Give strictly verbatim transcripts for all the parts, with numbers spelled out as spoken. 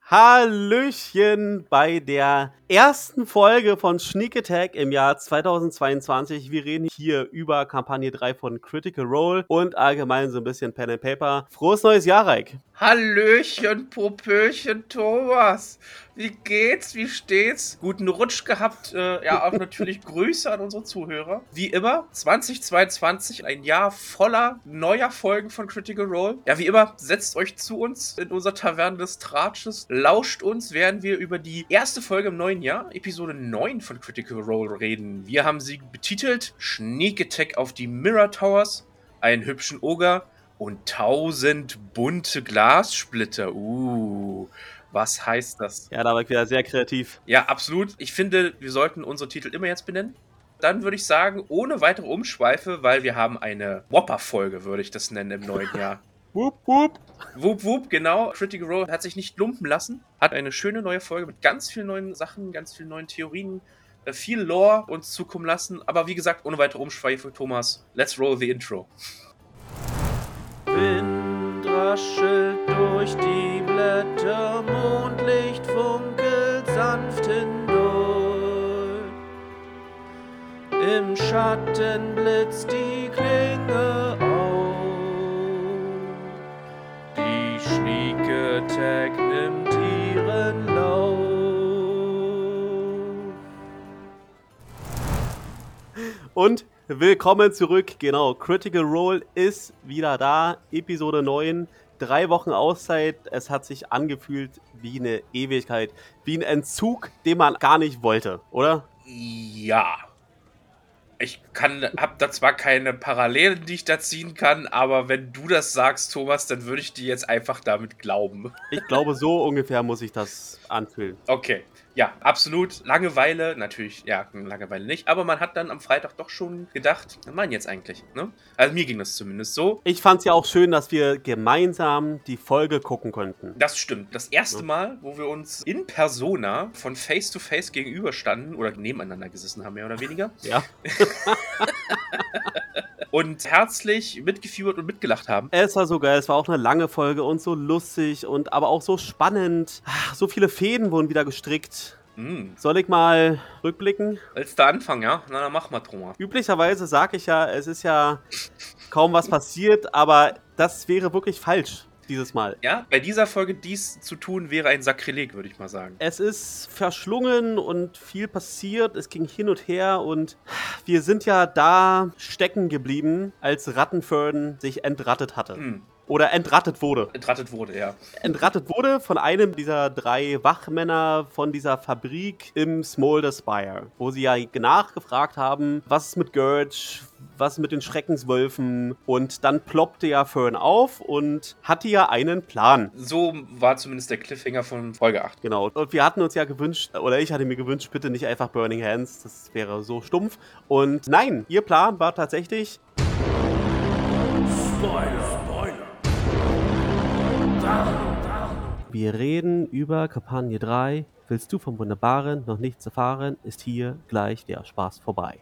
Hallöchen bei der ersten Folge von Sneak Attack im Jahr zweitausendzweiundzwanzig. Wir reden hier über Kampagne drei von Critical Role und allgemein so ein bisschen Pen and Paper. Frohes neues Jahr, Reik! Hallöchen, Popöchen, Thomas. Wie geht's? Wie steht's? Guten Rutsch gehabt. Äh, ja, auch natürlich Grüße an unsere Zuhörer. Wie immer, zweitausendzweiundzwanzig, ein Jahr voller neuer Folgen von Critical Role. Ja, wie immer, setzt euch zu uns in unserer Taverne des Tratsches. Lauscht uns, während wir über die erste Folge im neuen Jahr, Episode neun von Critical Role, reden. Wir haben sie betitelt Sneak Attack auf die Mirror Towers, einen hübschen Oger und tausend bunte Glassplitter. Uh, was heißt das? Ja, da war ich wieder sehr kreativ. Ja, absolut. Ich finde, wir sollten unsere Titel immer jetzt benennen. Dann würde ich sagen, ohne weitere Umschweife, weil wir haben eine Whopper-Folge, würde ich das nennen, im neuen Jahr. Wup, wup. Wup, wup, genau. Critical Role hat sich nicht lumpen lassen. Hat eine schöne neue Folge mit ganz vielen neuen Sachen, ganz vielen neuen Theorien, äh, viel Lore uns zukommen lassen. Aber wie gesagt, ohne weitere Umschweife, Thomas, let's roll the intro. Wind raschelt durch die Blätter, Mondlicht funkelt sanft hindurch. Im Schatten blitzt die Klinge auf. Die Sneak Attack nimmt ihren Lauf. Und willkommen zurück, genau, Critical Role ist wieder da, Episode neun, drei Wochen Auszeit, es hat sich angefühlt wie eine Ewigkeit, wie ein Entzug, den man gar nicht wollte, oder? Ja. Ich kann, hab da zwar keine Parallelen, die ich da ziehen kann, aber wenn du das sagst, Thomas, dann würde ich dir jetzt einfach damit glauben. Ich glaube, so ungefähr muss ich das anfühlen. Okay. Ja, absolut. Langeweile, natürlich, ja, Langeweile nicht, aber man hat dann am Freitag doch schon gedacht, was meinen jetzt eigentlich, ne? Also mir ging das zumindest so. Ich fand es ja auch schön, dass wir gemeinsam die Folge gucken konnten. Das stimmt. Das erste Ja. Mal, wo wir uns in Persona von Face to Face gegenüberstanden oder nebeneinander gesessen haben, mehr oder weniger. Ja. Und herzlich mitgefiebert und mitgelacht haben. Es war so geil, es war auch eine lange Folge und so lustig und aber auch so spannend. Ach, so viele Fäden wurden wieder gestrickt. Mm. Soll ich mal rückblicken? Willst du anfangen, ja? Na, dann mach mal, Thomas. Üblicherweise sage ich ja, es ist ja kaum was passiert, aber das wäre wirklich falsch dieses Mal. Ja, bei dieser Folge dies zu tun, wäre ein Sakrileg, würde ich mal sagen. Es ist verschlungen und viel passiert, es ging hin und her und wir sind ja da stecken geblieben, als Rattenfern sich entrattet hatte. Hm. Oder entrattet wurde. Entrattet wurde, ja. Entrattet wurde von einem dieser drei Wachmänner von dieser Fabrik im Smolder Spire, wo sie ja nachgefragt haben, was ist mit Gurge, was ist mit den Schreckenswölfen, und dann ploppte ja Fern auf und hatte ja einen Plan. So war zumindest der Cliffhanger von Folge acht. Genau, und wir hatten uns ja gewünscht, oder ich hatte mir gewünscht, bitte nicht einfach Burning Hands, das wäre so stumpf. Und nein, ihr Plan war tatsächlich... Spoiler! Wir reden über Kampagne drei. Willst du vom Wunderbaren noch nichts erfahren, ist hier gleich der Spaß vorbei.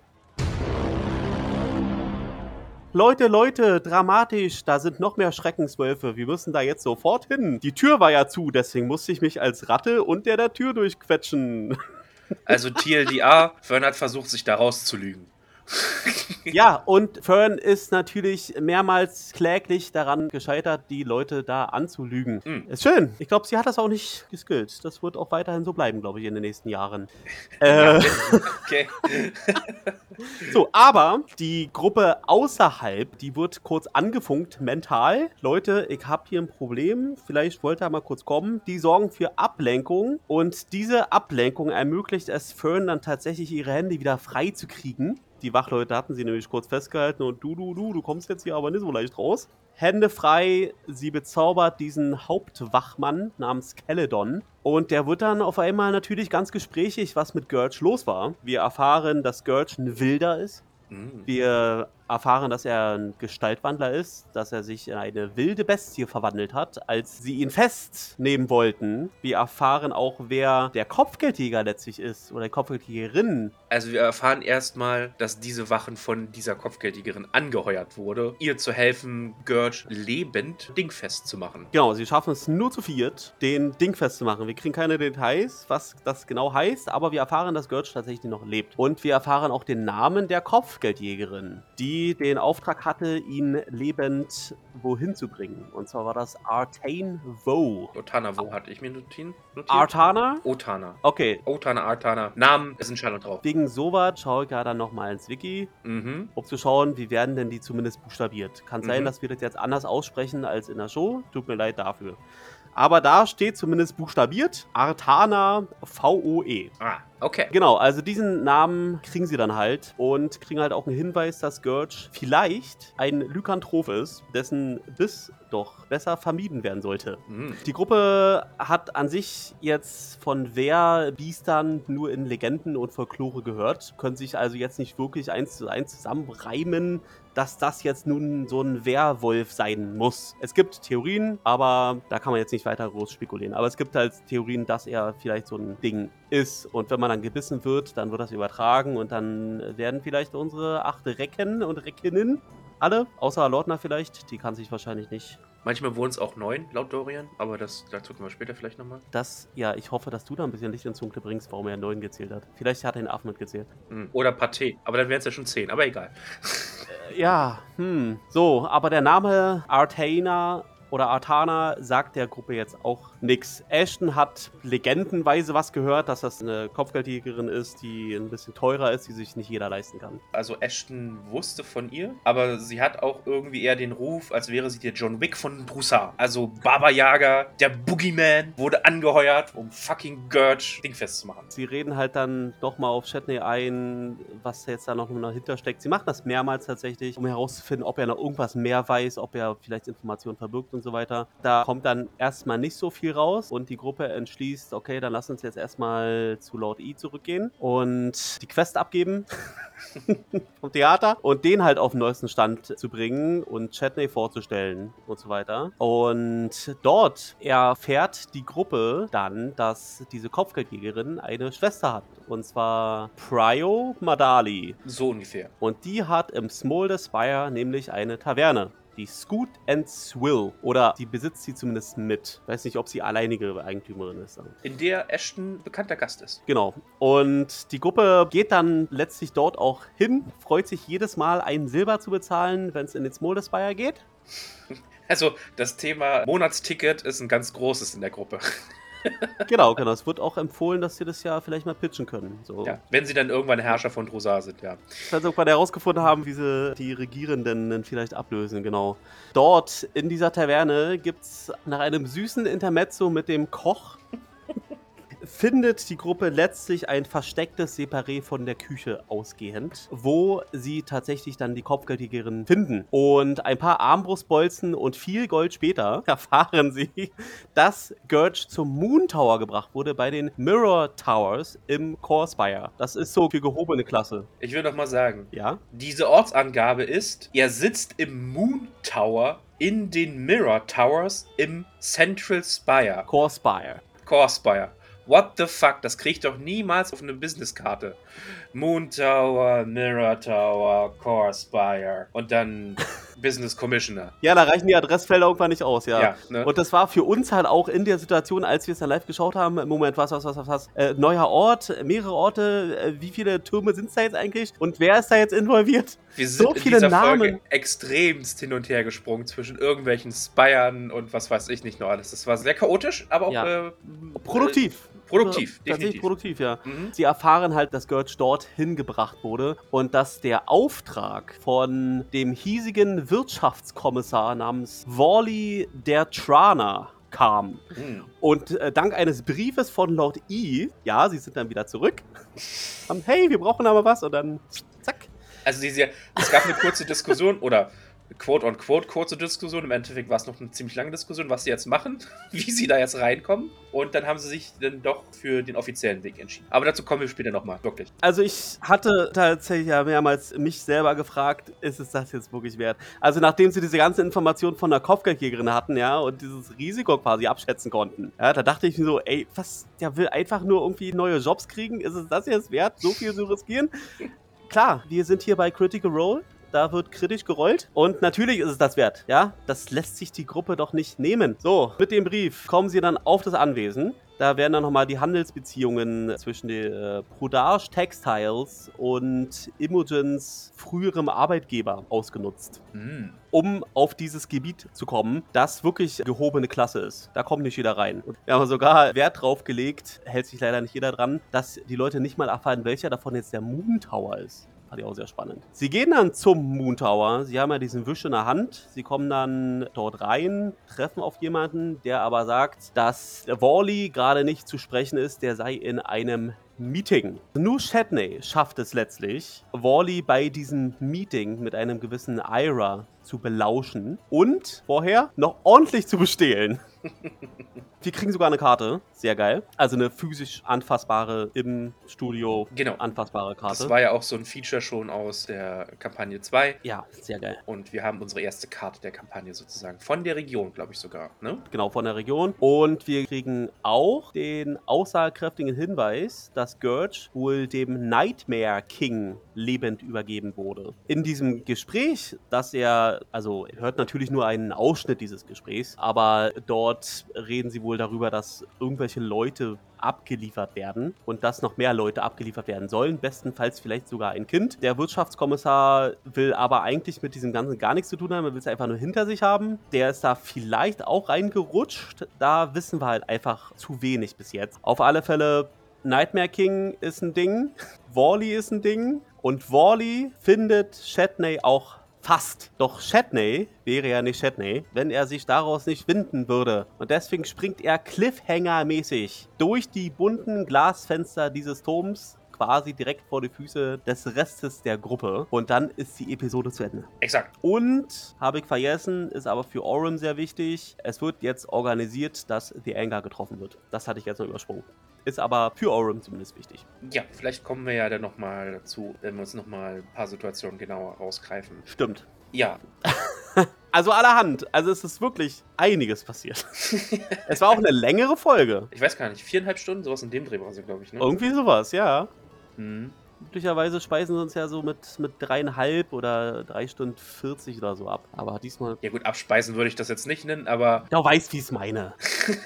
Leute, Leute, dramatisch, da sind noch mehr Schreckenswölfe. Wir müssen da jetzt sofort hin. Die Tür war ja zu, deswegen musste ich mich als Ratte unter der, der Tür durchquetschen. Also T L D R, Fern hat versucht, sich da rauszulügen. Ja, und Fern ist natürlich mehrmals kläglich daran gescheitert, die Leute da anzulügen. Mm. Ist schön. Ich glaube, sie hat das auch nicht geskillt. Das wird auch weiterhin so bleiben, glaube ich, in den nächsten Jahren. Ja, äh, okay. So, aber die Gruppe außerhalb, die wird kurz angefunkt, mental. Leute, ich habe hier ein Problem. Vielleicht wollt ihr mal kurz kommen. Die sorgen für Ablenkung. Und diese Ablenkung ermöglicht es Fern dann tatsächlich, ihre Hände wieder frei zu kriegen. Die Wachleute hatten sie nämlich kurz festgehalten und du, du, du, du kommst jetzt hier aber nicht so leicht raus. Hände frei, sie bezaubert diesen Hauptwachmann namens Caledon. Und der wird dann auf einmal natürlich ganz gesprächig, was mit Gurge los war. Wir erfahren, dass Gurge ein Wilder ist. Mm. Wir erfahren, dass er ein Gestaltwandler ist, dass er sich in eine wilde Bestie verwandelt hat, als sie ihn festnehmen wollten. Wir erfahren auch, wer der Kopfgeldjäger letztlich ist oder die Kopfgeldjägerin. Also wir erfahren erstmal, dass diese Wachen von dieser Kopfgeldjägerin angeheuert wurde, ihr zu helfen, Gurge lebend dingfest zu machen. Genau, sie schaffen es nur zu viert, den dingfest zu machen. Wir kriegen keine Details, was das genau heißt, aber wir erfahren, dass Gurge tatsächlich noch lebt. Und wir erfahren auch den Namen der Kopfgeldjägerin, die den Auftrag hatte, ihn lebend wohin zu bringen. Und zwar war das Artane Vo. Otana, wo hatte ich mir notiert? Artana? Otana. Okay. Otana, Artana. Namen ist ein Schall und drauf. Wegen sowas schaue ich ja dann nochmal ins Wiki, Mhm. um zu schauen, wie werden denn die zumindest buchstabiert. Kann sein, Mhm. dass wir das jetzt anders aussprechen als in der Show. Tut mir leid dafür. Aber da steht zumindest buchstabiert Artana V O E. Ah, okay. Genau, also diesen Namen kriegen sie dann halt und kriegen halt auch einen Hinweis, dass Gurge vielleicht ein Lykantroph ist, dessen Biss doch besser vermieden werden sollte. Mhm. Die Gruppe hat an sich jetzt von Wehrbiestern nur in Legenden und Folklore gehört, können sich also jetzt nicht wirklich eins zu eins zusammenreimen, dass das jetzt nun so ein Werwolf sein muss. Es gibt Theorien, aber da kann man jetzt nicht weiter groß spekulieren. Aber es gibt halt Theorien, dass er vielleicht so ein Ding ist. Und wenn man dann gebissen wird, dann wird das übertragen und dann werden vielleicht unsere acht Recken und Reckinnen, alle, außer Lordner vielleicht, die kann sich wahrscheinlich nicht. Manchmal wurden es auch neun, laut Dorian, aber das, dazu kommen wir später vielleicht nochmal. Das, ja, ich hoffe, dass du da ein bisschen Licht ins Dunkle bringst, warum er neun gezählt hat. Vielleicht hat er den Affen mitgezählt. Mhm. Oder Paté, aber dann wären es ja schon zehn, aber egal. Ja, hm. So, aber der Name Artana oder Artana sagt der Gruppe jetzt auch nix. Ashton hat legendenweise was gehört, dass das eine Kopfgeldjägerin ist, die ein bisschen teurer ist, die sich nicht jeder leisten kann. Also Ashton wusste von ihr, aber sie hat auch irgendwie eher den Ruf, als wäre sie der John Wick von Broussard. Also Baba Yaga, der Boogeyman, wurde angeheuert, um fucking Gurge dingfest zu machen. Sie reden halt dann nochmal auf Chatney ein, was jetzt da noch dahinter steckt. Sie machen das mehrmals tatsächlich, um herauszufinden, ob er noch irgendwas mehr weiß, ob er vielleicht Informationen verbirgt und so weiter. Da kommt dann erstmal nicht so viel raus und die Gruppe entschließt, okay, dann lass uns jetzt erstmal zu Lord E zurückgehen und die Quest abgeben vom Theater und den halt auf den neuesten Stand zu bringen und Chatney vorzustellen und so weiter. Und dort erfährt die Gruppe dann, dass diese Kopfgeldjägerin eine Schwester hat. Und zwar Pryo Madali. So ungefähr. Und die hat im Smolder Spire nämlich eine Taverne. Die Scoot and Swill. Oder die besitzt sie zumindest mit. Ich weiß nicht, ob sie alleinige Eigentümerin ist. In der Ashton bekannter Gast ist. Genau. Und die Gruppe geht dann letztlich dort auch hin, freut sich jedes Mal, einen Silber zu bezahlen, wenn es in den Smolder Spire geht. Also das Thema Monatsticket ist ein ganz großes in der Gruppe. Genau, genau. Es wird auch empfohlen, dass sie das ja vielleicht mal pitchen können. So. Ja, wenn sie dann irgendwann Herrscher von Drosar sind, ja. Dass sie irgendwann herausgefunden haben, wie sie die Regierenden dann vielleicht ablösen, genau. Dort in dieser Taverne gibt es nach einem süßen Intermezzo mit dem Koch findet die Gruppe letztlich ein verstecktes Separé von der Küche ausgehend, wo sie tatsächlich dann die Kopfgeldjägerin finden. Und ein paar Armbrustbolzen und viel Gold später erfahren sie, dass Gurge zum Moon Tower gebracht wurde bei den Mirror Towers im Core Spire. Das ist so für gehobene Klasse. Ich will noch mal sagen, Ja? diese Ortsangabe ist, er sitzt im Moon Tower in den Mirror Towers im Central Spire. Core Spire. Core Spire. What the fuck? Das krieg ich doch niemals auf eine Businesskarte. Moon Tower, Mirror Tower, Core Spire und dann Business Commissioner. Ja, da reichen die Adressfelder irgendwann nicht aus, ja. Ja, ne? Und das war für uns halt auch in der Situation, als wir es dann live geschaut haben, Moment, was, was, was, was, was, äh, neuer Ort, mehrere Orte, äh, wie viele Türme sind es da jetzt eigentlich? Und wer ist da jetzt involviert? Wir sind so in viele dieser Namen. Folge extremst hin und her gesprungen zwischen irgendwelchen Spiren und was weiß ich nicht noch alles. Das war sehr chaotisch, aber auch Ja. äh, Produktiv. Äh, produktiv, Tatsächlich definitiv. produktiv, ja. Mhm. Sie erfahren halt, dass Gurge dort hingebracht wurde und dass der Auftrag von dem hiesigen Wirtschaftskommissar namens Worley der Trana kam. Mhm. Und äh, dank eines Briefes von Lord E, ja, sie sind dann wieder zurück, haben, hey, wir brauchen aber was und dann zack. Also diese, es gab eine kurze Diskussion oder quote-on-quote kurze Diskussion. Im Endeffekt war es noch eine ziemlich lange Diskussion, was sie jetzt machen, wie sie da jetzt reinkommen. Und dann haben sie sich dann doch für den offiziellen Weg entschieden. Aber dazu kommen wir später nochmal, wirklich. Also ich hatte tatsächlich ja mehrmals mich selber gefragt, ist es das jetzt wirklich wert? Also nachdem sie diese ganze Information von der Kopfgeldjägerin hatten, ja, und dieses Risiko quasi abschätzen konnten, ja, da dachte ich mir so, ey, was, der will einfach nur irgendwie neue Jobs kriegen? Ist es das jetzt wert, so viel zu riskieren? Klar, wir sind hier bei Critical Role. Da wird kritisch gerollt. Und natürlich ist es das wert, ja? Das lässt sich die Gruppe doch nicht nehmen. So, mit dem Brief kommen sie dann auf das Anwesen. Da werden dann nochmal die Handelsbeziehungen zwischen den äh, Brodage Textiles und Imogens früherem Arbeitgeber ausgenutzt. Mm. Um auf dieses Gebiet zu kommen, das wirklich gehobene Klasse ist. Da kommt nicht jeder rein. Und wir haben sogar Wert drauf gelegt, hält sich leider nicht jeder dran, dass die Leute nicht mal erfahren, welcher davon jetzt der Moon Tower ist. Fand ich auch sehr spannend. Sie gehen dann zum Moon Tower. Sie haben ja diesen Wisch in der Hand. Sie kommen dann dort rein, treffen auf jemanden, der aber sagt, dass Worley gerade nicht zu sprechen ist. Der sei in einem Meeting. Nur Shatney schafft es letztlich, Worley bei diesem Meeting mit einem gewissen Ira zu belauschen und vorher noch ordentlich zu bestehlen. Wir kriegen sogar eine Karte. Sehr geil. Also eine physisch anfassbare, im Studio genau. anfassbare Karte. Das war ja auch so ein Feature schon aus der Kampagne zwei. Ja, sehr geil. Und wir haben unsere erste Karte der Kampagne sozusagen. Von der Region, glaube ich sogar. Ne? Genau, von der Region. Und wir kriegen auch den aussagekräftigen Hinweis, dass Gurge wohl dem Nightmare King lebend übergeben wurde. In diesem Gespräch, das er, also er hört natürlich nur einen Ausschnitt dieses Gesprächs, aber dort reden sie wohl darüber, dass irgendwelche Leute abgeliefert werden und dass noch mehr Leute abgeliefert werden sollen, bestenfalls vielleicht sogar ein Kind. Der Wirtschaftskommissar will aber eigentlich mit diesem Ganzen gar nichts zu tun haben, er will es einfach nur hinter sich haben. Der ist da vielleicht auch reingerutscht, da wissen wir halt einfach zu wenig bis jetzt. Auf alle Fälle, Nightmare King ist ein Ding, Worley ist ein Ding und Worley findet Shatney auch fast. Doch Shatney wäre ja nicht Shatney, wenn er sich daraus nicht winden würde. Und deswegen springt er Cliffhanger-mäßig durch die bunten Glasfenster dieses Turms quasi direkt vor die Füße des Restes der Gruppe. Und dann ist die Episode zu Ende. Exakt. Und, habe ich vergessen, ist aber für Orym sehr wichtig, es wird jetzt organisiert, dass The Anger getroffen wird. Das hatte ich jetzt noch übersprungen. Ist aber für Orym zumindest wichtig. Ja, vielleicht kommen wir ja dann nochmal dazu, wenn wir uns nochmal ein paar Situationen genauer rausgreifen. Stimmt. Ja. Also allerhand. Also es ist wirklich einiges passiert. Es war auch eine längere Folge. Ich weiß gar nicht, viereinhalb Stunden, sowas in dem Dreh war sie, glaube ich, ne? Irgendwie sowas, ja. Mhm. Üblicherweise speisen sie uns ja so mit, mit dreieinhalb oder drei Stunden vierzig oder so ab. Aber diesmal... Ja gut, abspeisen würde ich das jetzt nicht nennen, aber... Du weißt, wie ich es meine.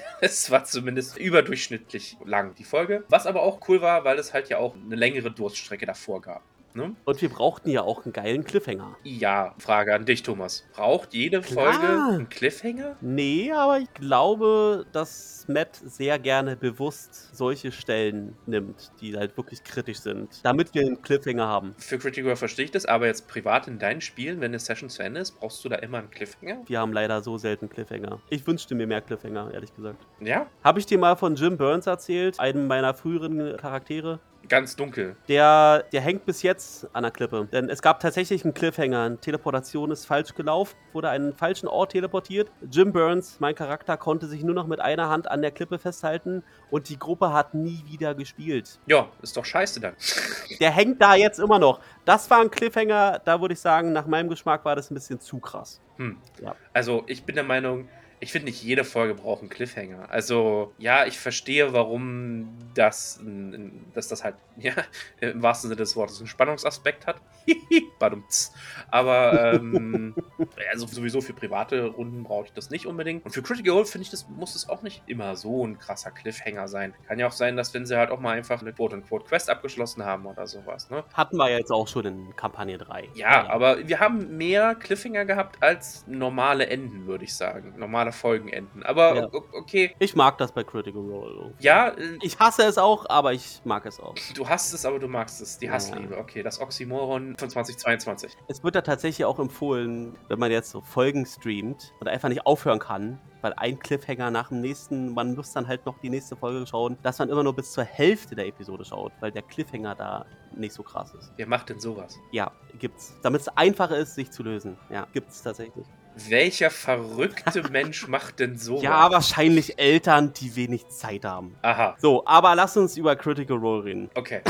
Es war zumindest überdurchschnittlich lang, die Folge. Was aber auch cool war, weil es halt ja auch eine längere Durststrecke davor gab. Ne? Und wir brauchten ja auch einen geilen Cliffhanger. Ja, Frage an dich, Thomas. Braucht jede Klar. Folge einen Cliffhanger? Nee, aber ich glaube, dass Matt sehr gerne bewusst solche Stellen nimmt, die halt wirklich kritisch sind, damit wir einen Cliffhanger haben. Für Critical verstehe ich das, aber jetzt privat in deinen Spielen, wenn eine Session zu Ende ist, brauchst du da immer einen Cliffhanger? Wir haben leider so selten Cliffhanger. Ich wünschte mir mehr Cliffhanger, ehrlich gesagt. Ja? Habe ich dir mal von Jim Burns erzählt, einem meiner früheren Charaktere? Ganz dunkel. Der, der hängt bis jetzt an der Klippe. Denn es gab tatsächlich einen Cliffhanger. Eine Teleportation ist falsch gelaufen, wurde an einen falschen Ort teleportiert. Jim Burns, mein Charakter, konnte sich nur noch mit einer Hand an der Klippe festhalten und die Gruppe hat nie wieder gespielt. Ja, ist doch scheiße dann. Der hängt da jetzt immer noch. Das war ein Cliffhanger, da würde ich sagen, nach meinem Geschmack war das ein bisschen zu krass. Hm. Ja. Also, ich bin der Meinung, ich finde, nicht jede Folge braucht einen Cliffhanger. Also, ja, ich verstehe, warum das, dass das halt, ja, im wahrsten Sinne des Wortes einen Spannungsaspekt hat. Badumts. Aber, ähm, also sowieso für private Runden brauche ich das nicht unbedingt. Und für Critical Role finde ich, das muss es auch nicht immer so ein krasser Cliffhanger sein. Kann ja auch sein, dass wenn sie halt auch mal einfach eine Quote-unquote-Quest abgeschlossen haben oder sowas, ne? Hatten wir ja jetzt auch schon in Kampagne drei. Ja, ja, aber wir haben mehr Cliffhanger gehabt als normale Enden, würde ich sagen. Normale Folgenenden. Aber Ja. okay. Ich mag das bei Critical Role. Ja, äh, Ich hasse es auch, aber ich mag es auch. du hast es, aber du magst es. Die Hassliebe. Okay, das Oxymoron von zweitausendzweiundzwanzig. Es wird da tatsächlich auch empfohlen, wenn man jetzt so Folgen streamt und einfach nicht aufhören kann, weil ein Cliffhanger nach dem nächsten, man muss dann halt noch die nächste Folge schauen, dass man immer nur bis zur Hälfte der Episode schaut, weil der Cliffhanger da nicht so krass ist. Wer macht denn sowas? Ja, gibt's. Damit es einfacher ist, sich zu lösen. Ja, gibt's tatsächlich. Welcher verrückte Mensch macht denn sowas? Ja, wahrscheinlich Eltern, die wenig Zeit haben. Aha. So, aber lass uns über Critical Role reden. Okay.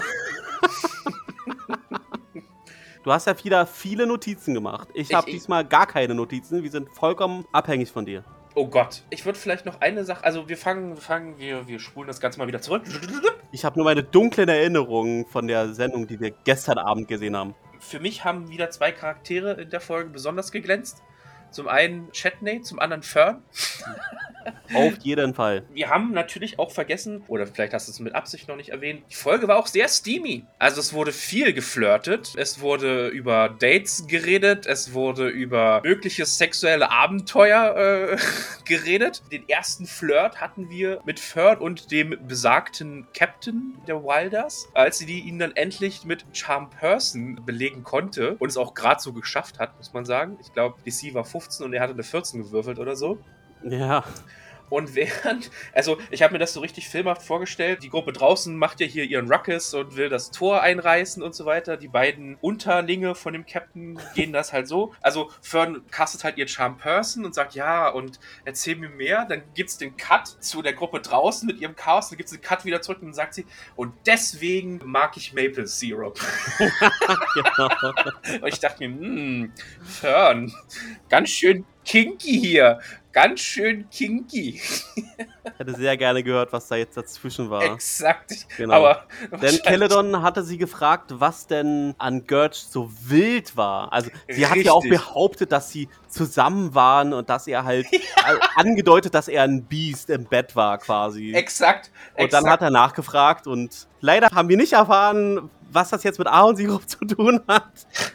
Du hast ja wieder viele Notizen gemacht. Ich, Ich- habe ich- diesmal gar keine Notizen. Wir sind vollkommen abhängig von dir. Oh Gott. Ich würde vielleicht noch eine Sache, also wir fangen, wir fangen, wir, wir spulen das Ganze mal wieder zurück. Ich habe nur meine dunklen Erinnerungen von der Sendung, die wir gestern Abend gesehen haben. Für mich haben wieder zwei Charaktere in der Folge besonders geglänzt. Zum einen Chetney, zum anderen Fern. Auf jeden Fall. Wir haben natürlich auch vergessen, oder vielleicht hast du es mit Absicht noch nicht erwähnt, die Folge war auch sehr steamy. Also es wurde viel geflirtet, es wurde über Dates geredet, es wurde über mögliche sexuelle Abenteuer äh, geredet. Den ersten Flirt hatten wir mit Fern und dem besagten Captain der Wilders, als sie die ihn dann endlich mit Charm Person belegen konnte und es auch gerade so geschafft hat, muss man sagen. Ich glaube, D C war fünfzehn und er hatte eine vierzehn gewürfelt oder so. Ja. Und während, also ich habe mir das so richtig filmhaft vorgestellt, die Gruppe draußen macht ja hier ihren Ruckus und will das Tor einreißen und so weiter. Die beiden Unterlinge von dem Captain gehen das halt so. Also Fern castet halt ihr Charm Person und sagt, ja, und erzähl mir mehr. Dann gibt's den Cut zu der Gruppe draußen mit ihrem Chaos. Dann gibt's den Cut wieder zurück und dann sagt sie, und deswegen mag ich Maple Syrup. Genau. Und ich dachte mir, hm, Fern, ganz schön kinky hier. Ganz schön kinky. Ich hätte sehr gerne gehört, was da jetzt dazwischen war. Exakt. Genau. Aber Denn Celadon hatte sie gefragt, was denn an Gurch so wild war. Also sie hat ja auch Richtig. behauptet, dass sie zusammen waren und dass er halt ja. angedeutet, dass er ein Biest im Bett war quasi. Exakt. Und dann hat er nachgefragt und leider haben wir nicht erfahren, was das jetzt mit Ahornsirup zu tun hat.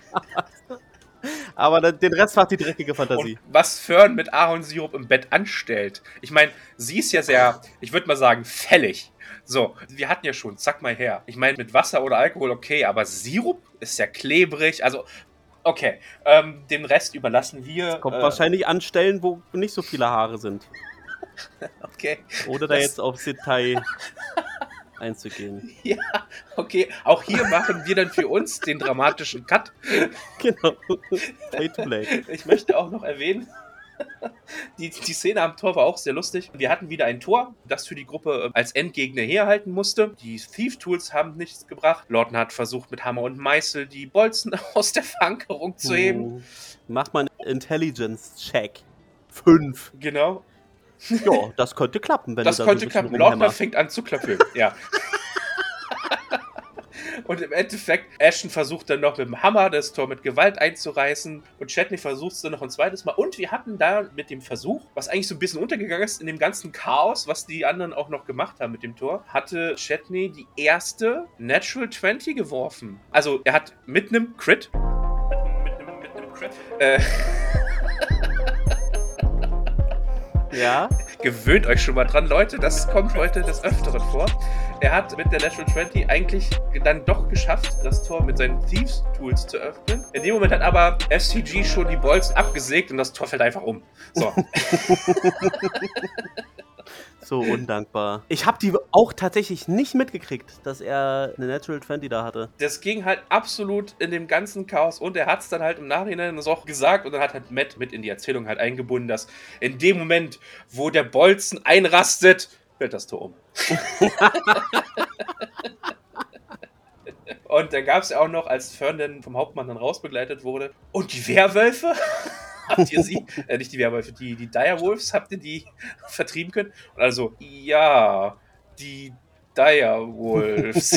Aber den Rest war die dreckige Fantasie. Und was Fern mit Ahornsirup im Bett anstellt. Ich meine, sie ist ja sehr, ich würde mal sagen, fällig. So, wir hatten ja schon, zack mal her. Ich meine, mit Wasser oder Alkohol okay, aber Sirup ist ja klebrig. Also, okay, ähm, den Rest überlassen wir. Kommt äh, wahrscheinlich an Stellen, wo nicht so viele Haare sind. Okay. Oder da Das- jetzt aufs Detail einzugehen. Ja, okay. Auch hier machen wir dann für uns den dramatischen Cut. Genau. Fade to black. Ich möchte auch noch erwähnen, die, die Szene am Tor war auch sehr lustig. Wir hatten wieder ein Tor, das für die Gruppe als Endgegner herhalten musste. Die Thief-Tools haben nichts gebracht. Lawton hat versucht, mit Hammer und Meißel die Bolzen aus der Verankerung zu heben. Macht man Intelligence-Check. Fünf. Genau. Ja, das könnte klappen, wenn Das du da könnte so ein bisschen klappen. Lawton rumhämmerst. fängt an zu klöppeln. Ja. Und im Endeffekt, Ashton versucht dann noch mit dem Hammer das Tor mit Gewalt einzureißen und Chetney versucht es dann noch ein zweites Mal. Und wir hatten da mit dem Versuch, was eigentlich so ein bisschen untergegangen ist, in dem ganzen Chaos, was die anderen auch noch gemacht haben mit dem Tor, hatte Chetney die erste Natural zwanzig geworfen. Also er hat mit einem Crit, mit einem, mit einem, mit einem Crit, äh, Ja, gewöhnt euch schon mal dran, Leute. Das kommt heute des Öfteren vor. Er hat mit der Natural zwanzig eigentlich dann doch geschafft, das Tor mit seinen Thieves-Tools zu öffnen. In dem Moment hat aber S C G schon die Bolzen abgesägt und das Tor fällt einfach um. So. so undankbar. Ich habe die auch tatsächlich nicht mitgekriegt, dass er eine Natural zwanzig da hatte. Das ging halt absolut in dem ganzen Chaos und er hat es dann halt im Nachhinein so auch gesagt und dann hat halt Matt mit in die Erzählung halt eingebunden, dass in dem Moment, wo der Bolzen einrastet, fällt das Tor um. Und dann gab es ja auch noch, als Fern dann vom Hauptmann dann rausbegleitet wurde, und die Werwölfe? Habt ihr sie, äh, nicht die Werwölfe, die, die Direwolves, habt ihr die vertrieben können? Und also, ja, die Direwolves.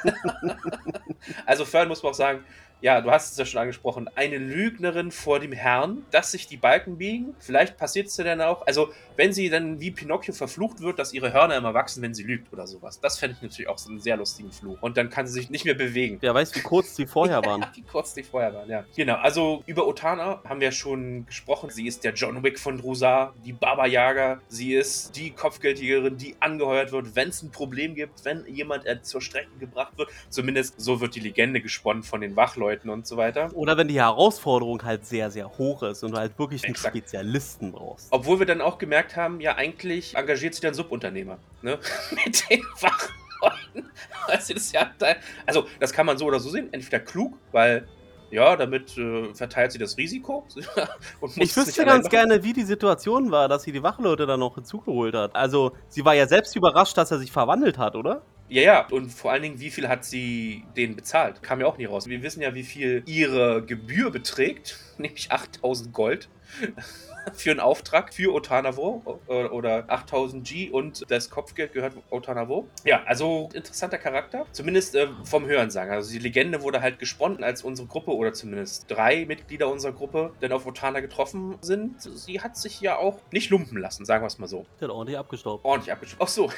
Also Fern muss man auch sagen, ja, du hast es ja schon angesprochen, eine Lügnerin vor dem Herrn, dass sich die Balken biegen. Vielleicht passiert es ja dann auch, also wenn sie dann wie Pinocchio verflucht wird, dass ihre Hörner immer wachsen, wenn sie lügt oder sowas. Das fände ich natürlich auch so einen sehr lustigen Fluch. Und dann kann sie sich nicht mehr bewegen. Wer weiß, wie kurz die vorher waren. Wie kurz die vorher waren, ja. Genau, also über Otana haben wir schon gesprochen. Sie ist der John Wick von Drusar, die Baba-Yaga. Sie ist die Kopfgeldjägerin, die angeheuert wird, wenn es ein Problem gibt, wenn jemand äh, zur Strecke gebracht wird. Zumindest so wird die Legende gesponnen von den Wachleuten, Leuten und so weiter. Oder wenn die Herausforderung halt sehr, sehr hoch ist und du halt wirklich einen Exakt. Spezialisten brauchst. Obwohl wir dann auch gemerkt haben, ja, eigentlich engagiert sich dann Subunternehmer, ne? Mit den Wachleuten. Also, das, ja, also, das kann man so oder so sehen. Entweder klug, weil, ja, damit äh, verteilt sie das Risiko. Und muss Ich es wüsste nicht allein ganz machen. gerne, wie die Situation war, dass sie die Wachleute dann noch hinzugeholt hat. Also, sie war ja selbst überrascht, dass er sich verwandelt hat, oder? Ja, ja, und vor allen Dingen, wie viel hat sie denen bezahlt? Kam ja auch nie raus. Wir wissen ja, wie viel ihre Gebühr beträgt, nämlich achttausend Gold für einen Auftrag für Otanavo oder achttausend G und das Kopfgeld gehört Otanavo. Ja, also interessanter Charakter, zumindest äh, vom Hörensagen. Also die Legende wurde halt gesponnen, als unsere Gruppe oder zumindest drei Mitglieder unserer Gruppe dann auf Otana getroffen sind. Sie hat sich ja auch nicht lumpen lassen, sagen wir es mal so. Sie hat ordentlich abgestaubt. Ordentlich abgestaubt. Ach so.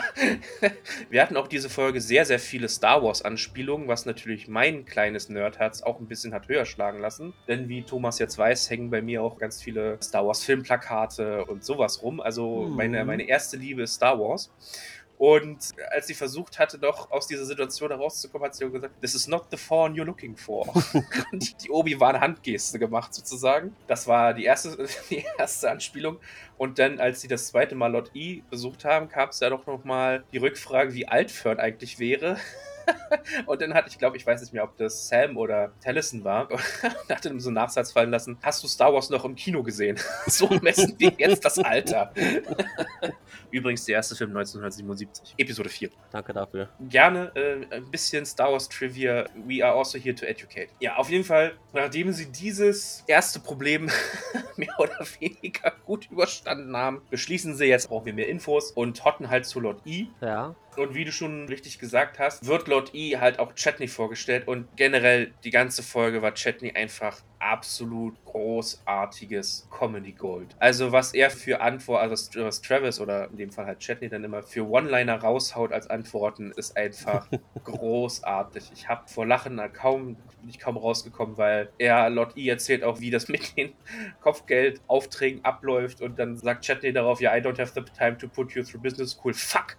Wir hatten auch diese Folge sehr, sehr viele Star Wars-Anspielungen, was natürlich mein kleines Nerdherz auch ein bisschen hat höher schlagen lassen. Denn wie Thomas jetzt weiß, hängen bei mir auch ganz viele Star Wars-Filmplakate und sowas rum. Also Mhm. meine, meine erste Liebe ist Star Wars. Und als sie versucht hatte, doch aus dieser Situation herauszukommen, hat sie auch gesagt, this is not the fawn you're looking for. Und die Obi-Wan-Handgeste gemacht, sozusagen. Das war die erste, die erste Anspielung. Und dann, als sie das zweite Mal Lot E besucht haben, kam es ja doch nochmal die Rückfrage, wie alt Fern eigentlich wäre. Und dann hatte ich, glaube ich, weiß nicht mehr, ob das Sam oder Taliesin war, und hatte ihm so einen Nachsatz fallen lassen, hast du Star Wars noch im Kino gesehen? So messen wir jetzt das Alter. Übrigens der erste Film neunzehnhundertsiebenundsiebzig, Episode vier. Danke dafür. Gerne äh, ein bisschen Star Wars Trivia. We are also here to educate. Ja, auf jeden Fall, nachdem sie dieses erste Problem mehr oder weniger gut überstanden haben, beschließen sie, jetzt brauchen wir mehr Infos und hotten halt zu Lord E. Ja. Und wie du schon richtig gesagt hast, wird Lord E halt auch Chetney vorgestellt und generell die ganze Folge war Chetney einfach absolut großartiges Comedy Gold. Also was er für Antwort, also was Travis oder in dem Fall halt Chetney dann immer für One-Liner raushaut als Antworten, ist einfach großartig. Ich habe vor Lachen kaum, nicht kaum rausgekommen, weil er, Lord E erzählt auch, wie das mit den Kopfgeldaufträgen abläuft und dann sagt Chetney darauf, ja, I don't have the time to put you through business school. Fuck!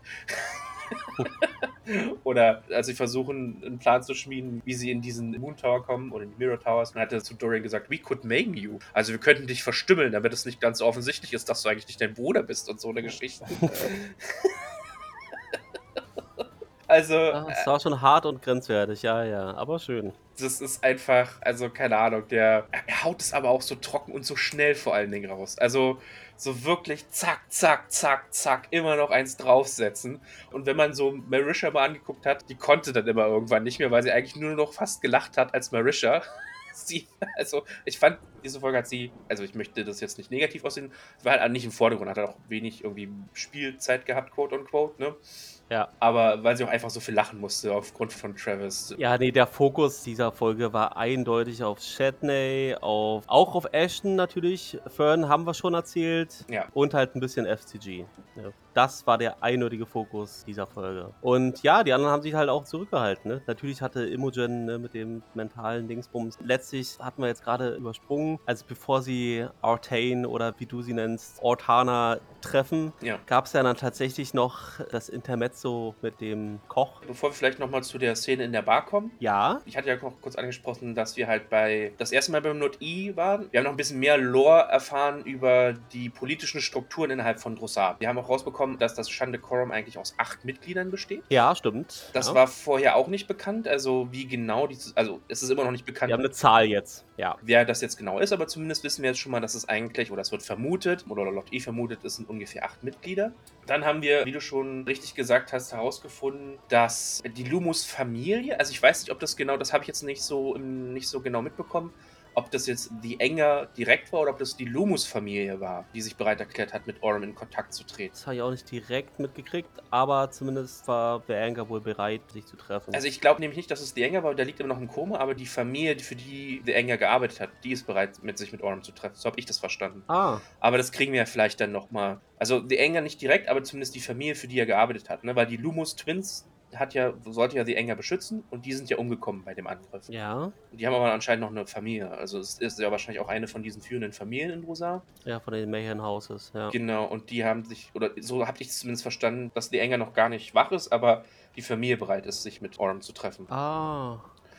Oder als sie versuchen, einen Plan zu schmieden, wie sie in diesen Moon Tower kommen oder in die Mirror Towers, dann hat er zu Dorian gesagt, we could maim you. Also wir könnten dich verstümmeln, damit es nicht ganz so offensichtlich ist, dass du eigentlich nicht dein Bruder bist und so eine Geschichte. Also, Ja, es war schon hart und grenzwertig, ja, ja, aber schön. Das ist einfach, also keine Ahnung, der er haut es aber auch so trocken und so schnell vor allen Dingen raus. Also so wirklich zack, zack, zack, zack, immer noch eins draufsetzen. Und wenn man so Marisha mal angeguckt hat, die konnte dann immer irgendwann nicht mehr, weil sie eigentlich nur noch fast gelacht hat als Marisha. Sie, also ich fand, diese Folge hat sie, also ich möchte das jetzt nicht negativ aussehen, sie war halt nicht im Vordergrund, hat halt auch wenig irgendwie Spielzeit gehabt, quote unquote, ne? Ja. Aber weil sie auch einfach so viel lachen musste aufgrund von Travis. Ja, nee, der Fokus dieser Folge war eindeutig auf Chetney, auf, auch auf Ashton natürlich. Fern haben wir schon erzählt. Ja. Und halt ein bisschen F C G. Ja, das war der eindeutige Fokus dieser Folge. Und ja, die anderen haben sich halt auch zurückgehalten. Ne? Natürlich hatte Imogen ne, mit dem mentalen Dingsbums. Letztlich hatten wir jetzt gerade übersprungen, also bevor sie Artane oder wie du sie nennst, Ortana treffen, Ja. gab es ja dann tatsächlich noch das Intermezzo mit dem Koch. Bevor wir vielleicht nochmal zu der Szene in der Bar kommen. Ja. Ich hatte ja noch kurz angesprochen, dass wir halt bei das erste Mal beim Not E waren. Wir haben noch ein bisschen mehr Lore erfahren über die politischen Strukturen innerhalb von Drossar. Wir haben auch rausbekommen, dass das Shand Decorum eigentlich aus acht Mitgliedern besteht. Ja, stimmt. Das ja. war vorher auch nicht bekannt. Also wie genau dieses, also es ist immer noch nicht bekannt. Wir haben eine Zahl jetzt, ja. Wer das jetzt genau ist, aber zumindest wissen wir jetzt schon mal, dass es eigentlich, oder es wird vermutet, oder Lot E vermutet, es sind ungefähr acht Mitglieder. Dann haben wir, wie du schon richtig gesagt hast, herausgefunden, dass die Lumus-Familie, also ich weiß nicht, ob das genau, das habe ich jetzt nicht so, nicht so genau mitbekommen, ob das jetzt die Enger direkt war oder ob das die Lumus-Familie war, die sich bereit erklärt hat, mit Orm in Kontakt zu treten. Das habe ich auch nicht direkt mitgekriegt, aber zumindest war The Anger wohl bereit, sich zu treffen. Also ich glaube nämlich nicht, dass es The Enger war, der liegt immer noch im Koma, aber die Familie, für die The Enger gearbeitet hat, die ist bereit, mit sich mit Orm zu treffen. So habe ich das verstanden. Ah. Aber das kriegen wir ja vielleicht dann nochmal. Also The Enger nicht direkt, aber zumindest die Familie, für die er gearbeitet hat, ne? Weil die Lumus Twins hat ja, sollte ja The Enger beschützen und die sind ja umgekommen bei dem Angriff. Ja. Die haben aber anscheinend noch eine Familie. Also es ist ja wahrscheinlich auch eine von diesen führenden Familien in Drossar. Ja, von den Mayhem Houses, ja. Genau, und die haben sich, oder so habe ich es zumindest verstanden, dass The Enger noch gar nicht wach ist, aber die Familie bereit ist, sich mit Orm zu treffen. Ah.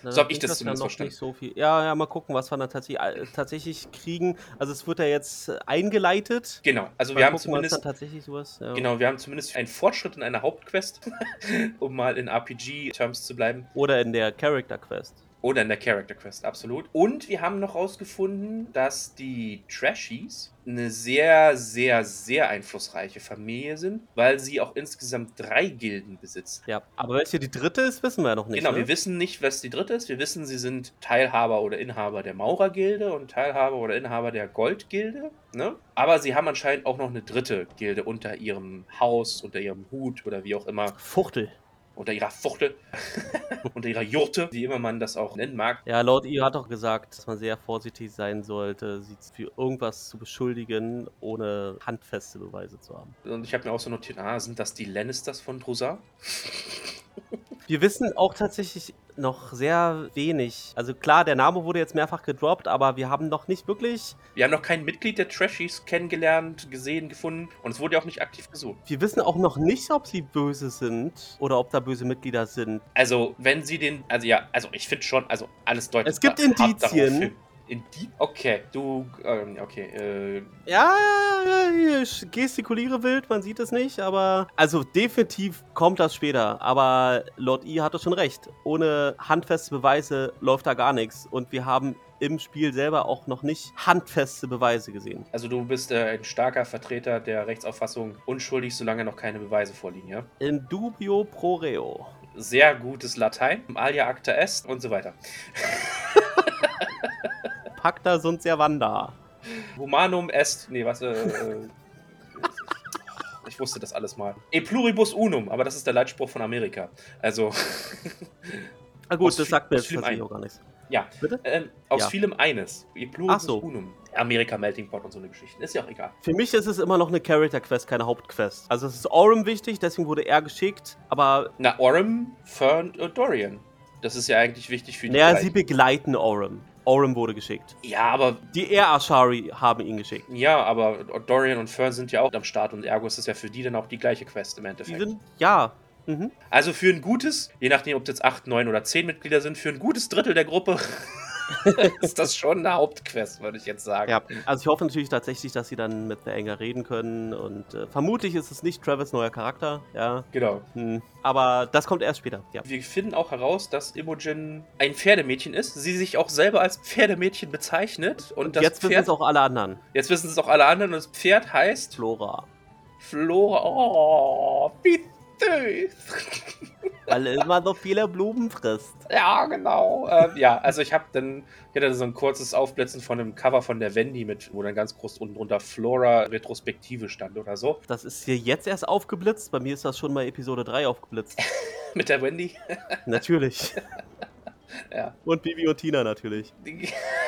Na, So dann habe ich bringt das das ja zumindest noch verstanden. nicht so viel. Ja, ja, mal gucken, was wir dann tatsächlich, äh, tatsächlich kriegen. Also es wird ja jetzt äh, eingeleitet. Genau, also wir Mal haben gucken, was dann zumindest tatsächlich sowas. Ja. genau, wir haben zumindest einen Fortschritt in einer Hauptquest, um mal in R P G-Terms zu bleiben. Oder in der Character Quest. Oder in der Character Quest, absolut. Und wir haben noch rausgefunden, dass die Trashies eine sehr, sehr, sehr einflussreiche Familie sind, weil sie auch insgesamt drei Gilden besitzen. Ja, aber welche die dritte ist, wissen wir ja noch nicht. Genau, ne? wir wissen nicht, was die dritte ist. Wir wissen, sie sind Teilhaber oder Inhaber der Maurergilde und Teilhaber oder Inhaber der Goldgilde. Ne? Aber sie haben anscheinend auch noch eine dritte Gilde unter ihrem Haus, unter ihrem Hut oder wie auch immer. Fuchtel. Unter ihrer Fuchtel, unter ihrer Jurte, wie immer man das auch nennen mag. Ja, Lord E hat doch gesagt, dass man sehr vorsichtig sein sollte, sie für irgendwas zu beschuldigen, ohne handfeste Beweise zu haben. Und ich habe mir auch so notiert, ah, sind das die Lannisters von Drusar? Wir wissen auch tatsächlich noch sehr wenig. Also klar, der Name wurde jetzt mehrfach gedroppt, aber wir haben noch nicht wirklich... Wir haben noch kein Mitglied der Trashies kennengelernt, gesehen, gefunden und es wurde ja auch nicht aktiv gesucht. Wir wissen auch noch nicht, ob sie böse sind oder ob da böse Mitglieder sind. Also, wenn sie den, also ja, also ich finde schon, also alles deutet Es gibt da- hart Indizien. darauf hin. Indi okay, du, ähm, okay, äh, Ja, ja, ja, ich gestikuliere wild, man sieht es nicht, aber... Also definitiv kommt das später, aber Lord E hatte schon recht. Ohne handfeste Beweise läuft da gar nichts und wir haben im Spiel selber auch noch nicht handfeste Beweise gesehen. also du bist äh, ein starker Vertreter der Rechtsauffassung, unschuldig, solange noch keine Beweise vorliegen, ja? In dubio pro reo. Sehr gutes Latein, alia acta est und so weiter. Pacta sunt servanda. Humanum est, nee, was, äh, äh, ich wusste das alles mal. E pluribus unum, aber das ist der Leitspruch von Amerika. Also, Ah gut, Aus das vi- sagt mir aus jetzt vielem tatsächlich ein. auch gar nichts. ja, Bitte? ähm, aus Ja. vielem eines. E pluribus Ach so. unum. Amerika Melting Pot und so eine Geschichte. Ist ja auch egal. Für mich ist es immer noch eine Character-Quest, keine Hauptquest. Also es ist Orem wichtig, deswegen wurde er geschickt, aber Na, Orem, Fern und Dorian. Das ist ja eigentlich wichtig für die naja, drei. sie begleiten Orem. Orem wurde geschickt. Ja, aber Die Air Ashari haben ihn geschickt. ja, aber Dorian und Fern sind ja auch am Start und ergo ist das ja für die dann auch die gleiche Quest im Die Endeffekt. sind, ja. Mhm. Also für ein gutes, je nachdem, ob es jetzt acht, neun oder zehn Mitglieder sind, für ein gutes Drittel der Gruppe ist das schon eine Hauptquest, würde ich jetzt sagen. Ja, also ich hoffe natürlich tatsächlich, dass sie dann mit The Anger reden können und äh, vermutlich ist es nicht Travis neuer Charakter, ja. Genau. Hm. Aber das kommt erst später, ja. Wir finden auch heraus, dass Imogen ein Pferdemädchen ist, sie sich auch selber als Pferdemädchen bezeichnet und, Und das jetzt wissen Pferd, es auch alle anderen. jetzt wissen es auch alle anderen und das Pferd heißt Flora. Flora. Oh, wie süß. Weil er immer so viele Blumen frisst. Ja, genau. Ähm, ja, also ich habe dann, ich hatte so ein kurzes Aufblitzen von einem Cover von der Wendy mit, wo dann ganz groß unten drunter Flora Retrospektive stand oder so. Das ist hier jetzt erst aufgeblitzt. Bei mir ist das schon mal Episode drei aufgeblitzt. Mit der Wendy. Natürlich. Ja. Und Bibi und Tina natürlich. Die-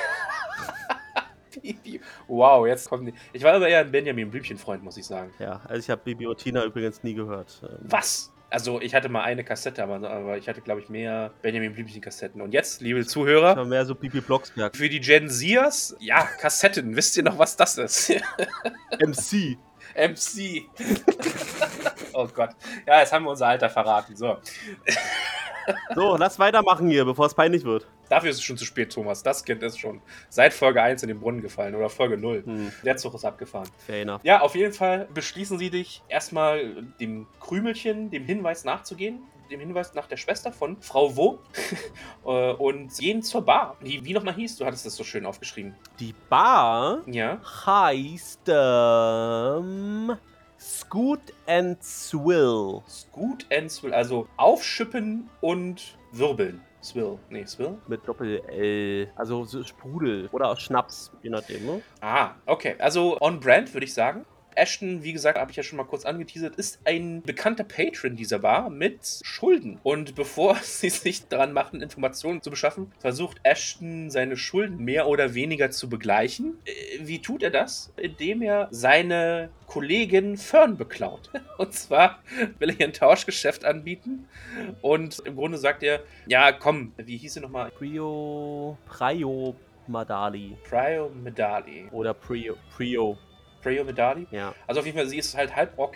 Bibi. Wow, jetzt kommen die. Ich war aber eher ein Benjamin Blümchen-Freund, muss ich sagen. Ja, also ich habe Bibi und Tina übrigens nie gehört. Ähm, Was? Also ich hatte mal eine Kassette, aber, aber ich hatte, glaube ich, mehr Benjamin Blümchen-Kassetten. Und jetzt, liebe Zuhörer, Ich war mehr so Bibi Blocksberg. für die Gen Zers, ja, Kassetten. Wisst ihr noch, was das ist? M C. M C. Oh Gott. Ja, jetzt haben wir unser Alter verraten. So. So, lass weitermachen hier, bevor es peinlich wird. Dafür ist es schon zu spät, Thomas. Das Kind ist schon seit Folge eins in den Brunnen gefallen oder Folge null. Hm, Der Zug ist abgefahren. fair enough. Ja, auf jeden Fall beschließen sie dich, erstmal dem Krümelchen, dem Hinweis nachzugehen. Dem Hinweis nach der Schwester von Frau Wo. Äh, und gehen zur Bar. Die, wie nochmal hieß? Du hattest das so schön aufgeschrieben. Die Bar Ja. heißt ähm, Scoot and Swill. Scoot and Swill. Also aufschippen und wirbeln. Swill. Nee, Swill? Mit Doppel-L. Also so Sprudel oder Schnaps, je nachdem, ne? Ah, okay. Also on brand, würde ich sagen. Ashton, wie gesagt, habe ich ja schon mal kurz angeteasert, ist ein bekannter Patron dieser Bar mit Schulden. Und bevor sie sich daran machen, Informationen zu beschaffen, versucht Ashton seine Schulden mehr oder weniger zu begleichen. Äh, Wie tut er das? Indem er seine Kollegin Fern beklaut. Und zwar will er ihr ein Tauschgeschäft anbieten. Und im Grunde sagt er, ja, komm, wie hieß sie nochmal? Prio, Prio Madali. Prio Medali. Oder Prio, Prio, Prio Medali? ja. Also auf jeden Fall, sie ist halt Halbrockin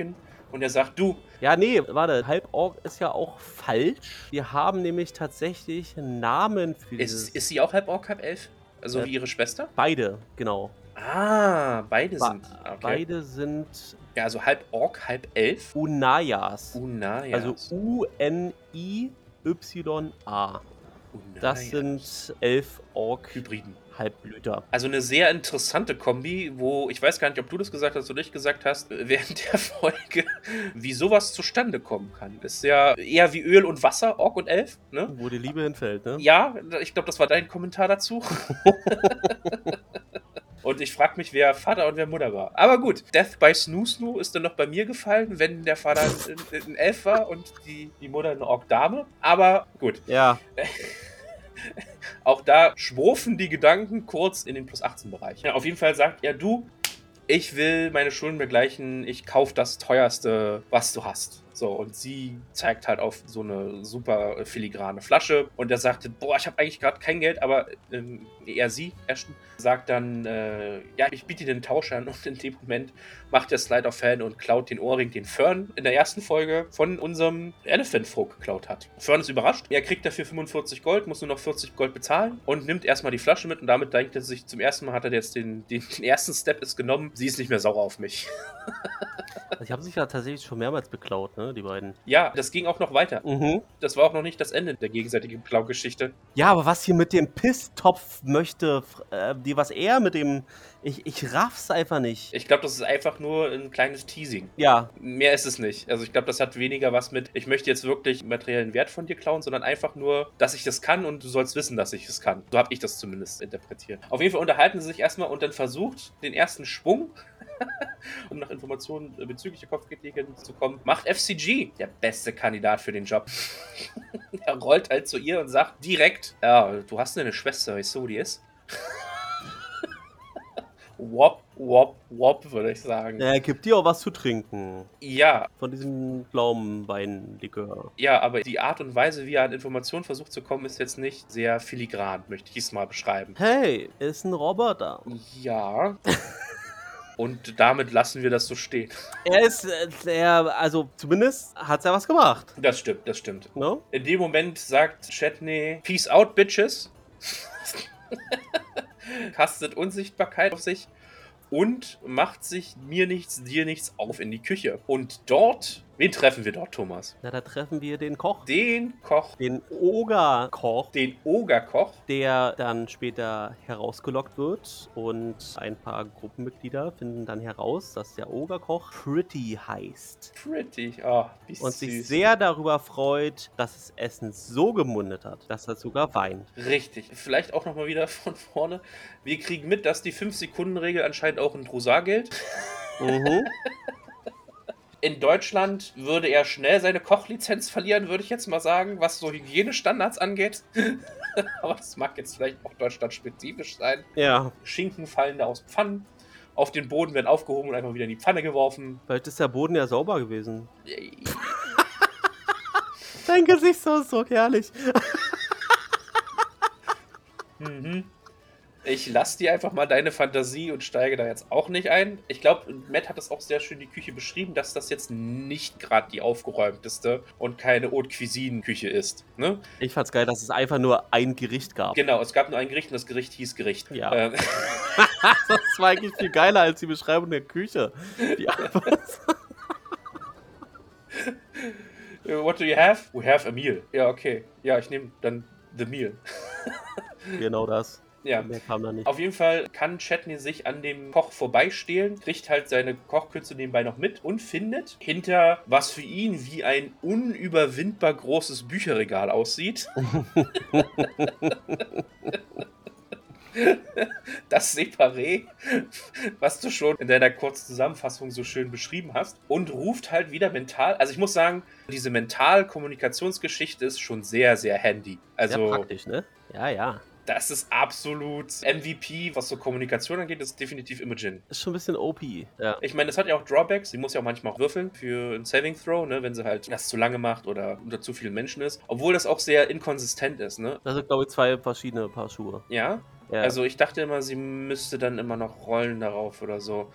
Und er sagt, du, Ja, nee, warte, Halborg ist ja auch falsch. Wir haben nämlich tatsächlich einen Namen für ist, dieses. ist sie auch halb Ork, halb Elf? Also Äh, wie ihre Schwester? Beide, genau. Ah, beide Ba sind, okay. Beide sind Ja, also halb Ork, halb Elf. Unayas. Unayas. Also U N I Y A. Das sind elf Hybriden. Ork-Halbblüter. Also eine sehr interessante Kombi, wo ich weiß gar nicht, ob du das gesagt hast oder nicht gesagt hast, während der Folge, wie sowas zustande kommen kann. Ist ja eher wie Öl und Wasser, Ork und Elf, ne? Wo die Liebe hinfällt, ne? Ja, ich glaube, das war dein Kommentar dazu. Und ich frage mich, wer Vater und wer Mutter war. Aber gut, Death by Snoo Snoo ist dann noch bei mir gefallen, wenn der Vater ein, ein Elf war und die, die Mutter eine Ork-Dame. Aber gut. Ja. Auch da schwurfen die Gedanken kurz in den Plus achtzehn Bereich. Ja, auf jeden Fall sagt er, du, ich will meine Schulden begleichen, ich kaufe das teuerste, was du hast. So, und sie zeigt halt auf so eine super filigrane Flasche und er sagte, boah, ich habe eigentlich gerade kein Geld, aber ähm, er, sie, Ashton, sagt dann, äh, ja, ich biete dir den Tausch an und in dem Moment macht der Slide of Fan und klaut den Ohrring, den Fern in der ersten Folge von unserem Elephant Folk geklaut hat. Fern ist überrascht, er kriegt dafür fünfundvierzig Gold, muss nur noch vierzig Gold bezahlen und nimmt erstmal die Flasche mit und damit denkt er sich, zum ersten Mal hat er jetzt den, den, den ersten Step ist genommen, sie ist nicht mehr sauer auf mich. Also die haben sich ja tatsächlich schon mehrmals beklaut, ne, die beiden. Ja, das ging auch noch weiter. Mhm. Das war auch noch nicht das Ende der gegenseitigen Klaugeschichte. Ja, aber was hier mit dem Pisstopf möchte, äh, die was er mit dem, ich, ich raff's einfach nicht. Ich glaube, das ist einfach nur ein kleines Teasing. Ja. Mehr ist es nicht. Also ich glaube, das hat weniger was mit, ich möchte jetzt wirklich materiellen Wert von dir klauen, sondern einfach nur, dass ich das kann und du sollst wissen, dass ich es kann. So habe ich das zumindest interpretiert. Auf jeden Fall unterhalten sie sich erstmal und dann versucht den ersten Schwung, um nach Informationen bezüglich der Kopfgeldjägerin zu kommen, macht F C G der beste Kandidat für den Job. Er rollt halt zu ihr und sagt direkt, ja, du hast eine Schwester, weißt du, wo die ist? Wop, wop, wop, würde ich sagen. Er gibt dir auch was zu trinken. Ja. Von diesem Pflaumenweinlikör. Ja, aber die Art und Weise, wie er an Informationen versucht zu kommen, ist jetzt nicht sehr filigran, möchte ich es mal beschreiben. Hey, ist ein Roboter. Ja. Und damit lassen wir das so stehen. Er ist, er, also zumindest hat er was gemacht. Das stimmt, das stimmt. No? In dem Moment sagt Chetney, Peace out, Bitches. Kastet Unsichtbarkeit auf sich und macht sich mir nichts, dir nichts auf in die Küche. Und dort, wen treffen wir dort, Thomas? Na, da treffen wir den Koch. Den Koch. Den Ogerkoch. Den Ogerkoch. Der dann später herausgelockt wird und ein paar Gruppenmitglieder finden dann heraus, dass der Ogerkoch Pretty heißt. Pretty, oh, wie Und süß. sich sehr darüber freut, dass das Essen so gemundet hat, dass er sogar weint. Richtig. Vielleicht auch nochmal wieder von vorne. Wir kriegen mit, dass die fünf Sekunden Regel anscheinend auch in Drosar gilt. Mhm. In Deutschland würde er schnell seine Kochlizenz verlieren, würde ich jetzt mal sagen, was so Hygienestandards angeht. Aber das mag jetzt vielleicht auch deutschlandspezifisch sein. Ja. Schinken fallen da aus Pfannen. Auf den Boden werden aufgehoben und einfach wieder in die Pfanne geworfen. Vielleicht ist der Boden ja sauber gewesen. Dein Gesicht ist so herrlich. Mhm. Ich lasse dir einfach mal deine Fantasie und steige da jetzt auch nicht ein. Ich glaube, Matt hat das auch sehr schön die Küche beschrieben, dass das jetzt nicht gerade die aufgeräumteste und keine Haute Cuisine Küche ist. Ne? Ich fand's geil, dass es einfach nur ein Gericht gab. Genau, es gab nur ein Gericht und das Gericht hieß Gericht. Ja. Ähm. Das war eigentlich viel geiler als die Beschreibung der Küche. Die What do you have? We have a meal. Ja, okay. Ja, ich nehme dann the meal. Genau das. Ja, mehr kam da nicht. Auf jeden Fall kann Chetney sich an dem Koch vorbeistehlen, kriegt halt seine Kochkünste nebenbei noch mit und findet hinter, was für ihn wie ein unüberwindbar großes Bücherregal aussieht, das Separé, was du schon in deiner kurzen Zusammenfassung so schön beschrieben hast, und ruft halt wieder mental, also ich muss sagen, diese Mental-Kommunikationsgeschichte ist schon sehr, sehr handy. Also, sehr praktisch, ne? Ja, ja. Das ist absolut M V P, was so Kommunikation angeht, ist definitiv Imogen. Ist schon ein bisschen O P, ja. Ich meine, das hat ja auch Drawbacks. Sie muss ja auch manchmal würfeln für ein Saving Throw, ne, wenn sie halt das zu lange macht oder unter zu vielen Menschen ist. Obwohl das auch sehr inkonsistent ist, ne? Das sind, glaube ich, zwei verschiedene Paar Schuhe. Ja? Ja. Also ich dachte immer, sie müsste dann immer noch rollen darauf oder so.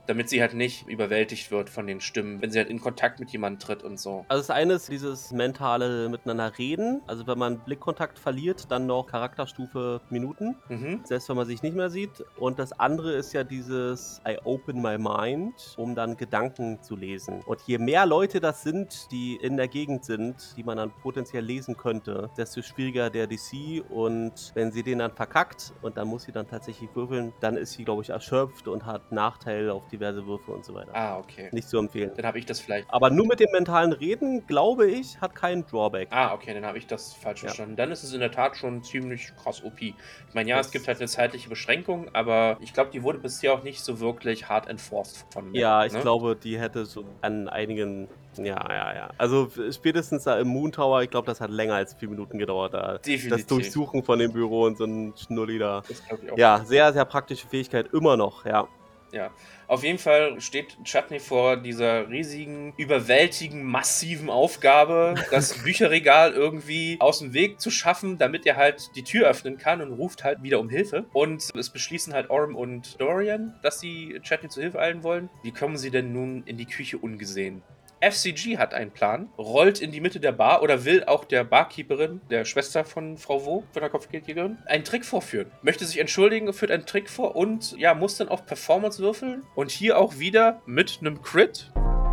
damit sie halt nicht überwältigt wird von den Stimmen, wenn sie halt in Kontakt mit jemandem tritt und so. Also das eine ist dieses mentale Miteinander reden. Also wenn man Blickkontakt verliert, dann noch Charakterstufe Minuten. Mhm. Selbst wenn man sich nicht mehr sieht. Und das andere ist ja dieses I open my mind, um dann Gedanken zu lesen. Und je mehr Leute das sind, die in der Gegend sind, die man dann potenziell lesen könnte, desto schwieriger der D C. Und wenn sie den dann verkackt und dann muss sie dann tatsächlich würfeln, dann ist sie, glaube ich, erschöpft und hat Nachteil auf diverse Würfe und so weiter. Ah, okay. Nicht zu empfehlen. Dann habe ich das vielleicht... Aber nur mit dem mentalen Reden, glaube ich, hat keinen Drawback. Ah, okay, dann habe ich das falsch Ja. verstanden. Dann ist es in der Tat schon ziemlich krass O P. Ich meine, ja, Das- es gibt halt eine zeitliche Beschränkung, aber ich glaube, die wurde bisher auch nicht so wirklich hart enforced von mir. Ja, ich ne? glaube, die hätte so an einigen. Ja, ja, ja. Also spätestens da im Moon Tower, ich glaube, das hat länger als vier Minuten gedauert. Da. Definitiv. Das Durchsuchen von dem Büro und so ein Schnulli da. Das glaube ich auch. Ja, sehr, sehr praktische Fähigkeit, immer noch, ja. Ja, auf jeden Fall steht Chutney vor dieser riesigen, überwältigen, massiven Aufgabe, das Bücherregal irgendwie aus dem Weg zu schaffen, damit er halt die Tür öffnen kann und ruft halt wieder um Hilfe. Und es beschließen halt Orm und Dorian, dass sie Chutney zu Hilfe eilen wollen. Wie kommen sie denn nun in die Küche ungesehen? F C G hat einen Plan, rollt in die Mitte der Bar oder will auch der Barkeeperin, der Schwester von Frau Vo, von der Kopfgeldjägerin, einen Trick vorführen. Möchte sich entschuldigen, führt einen Trick vor und ja, muss dann auf Performance würfeln. Und hier auch wieder mit einem Crit.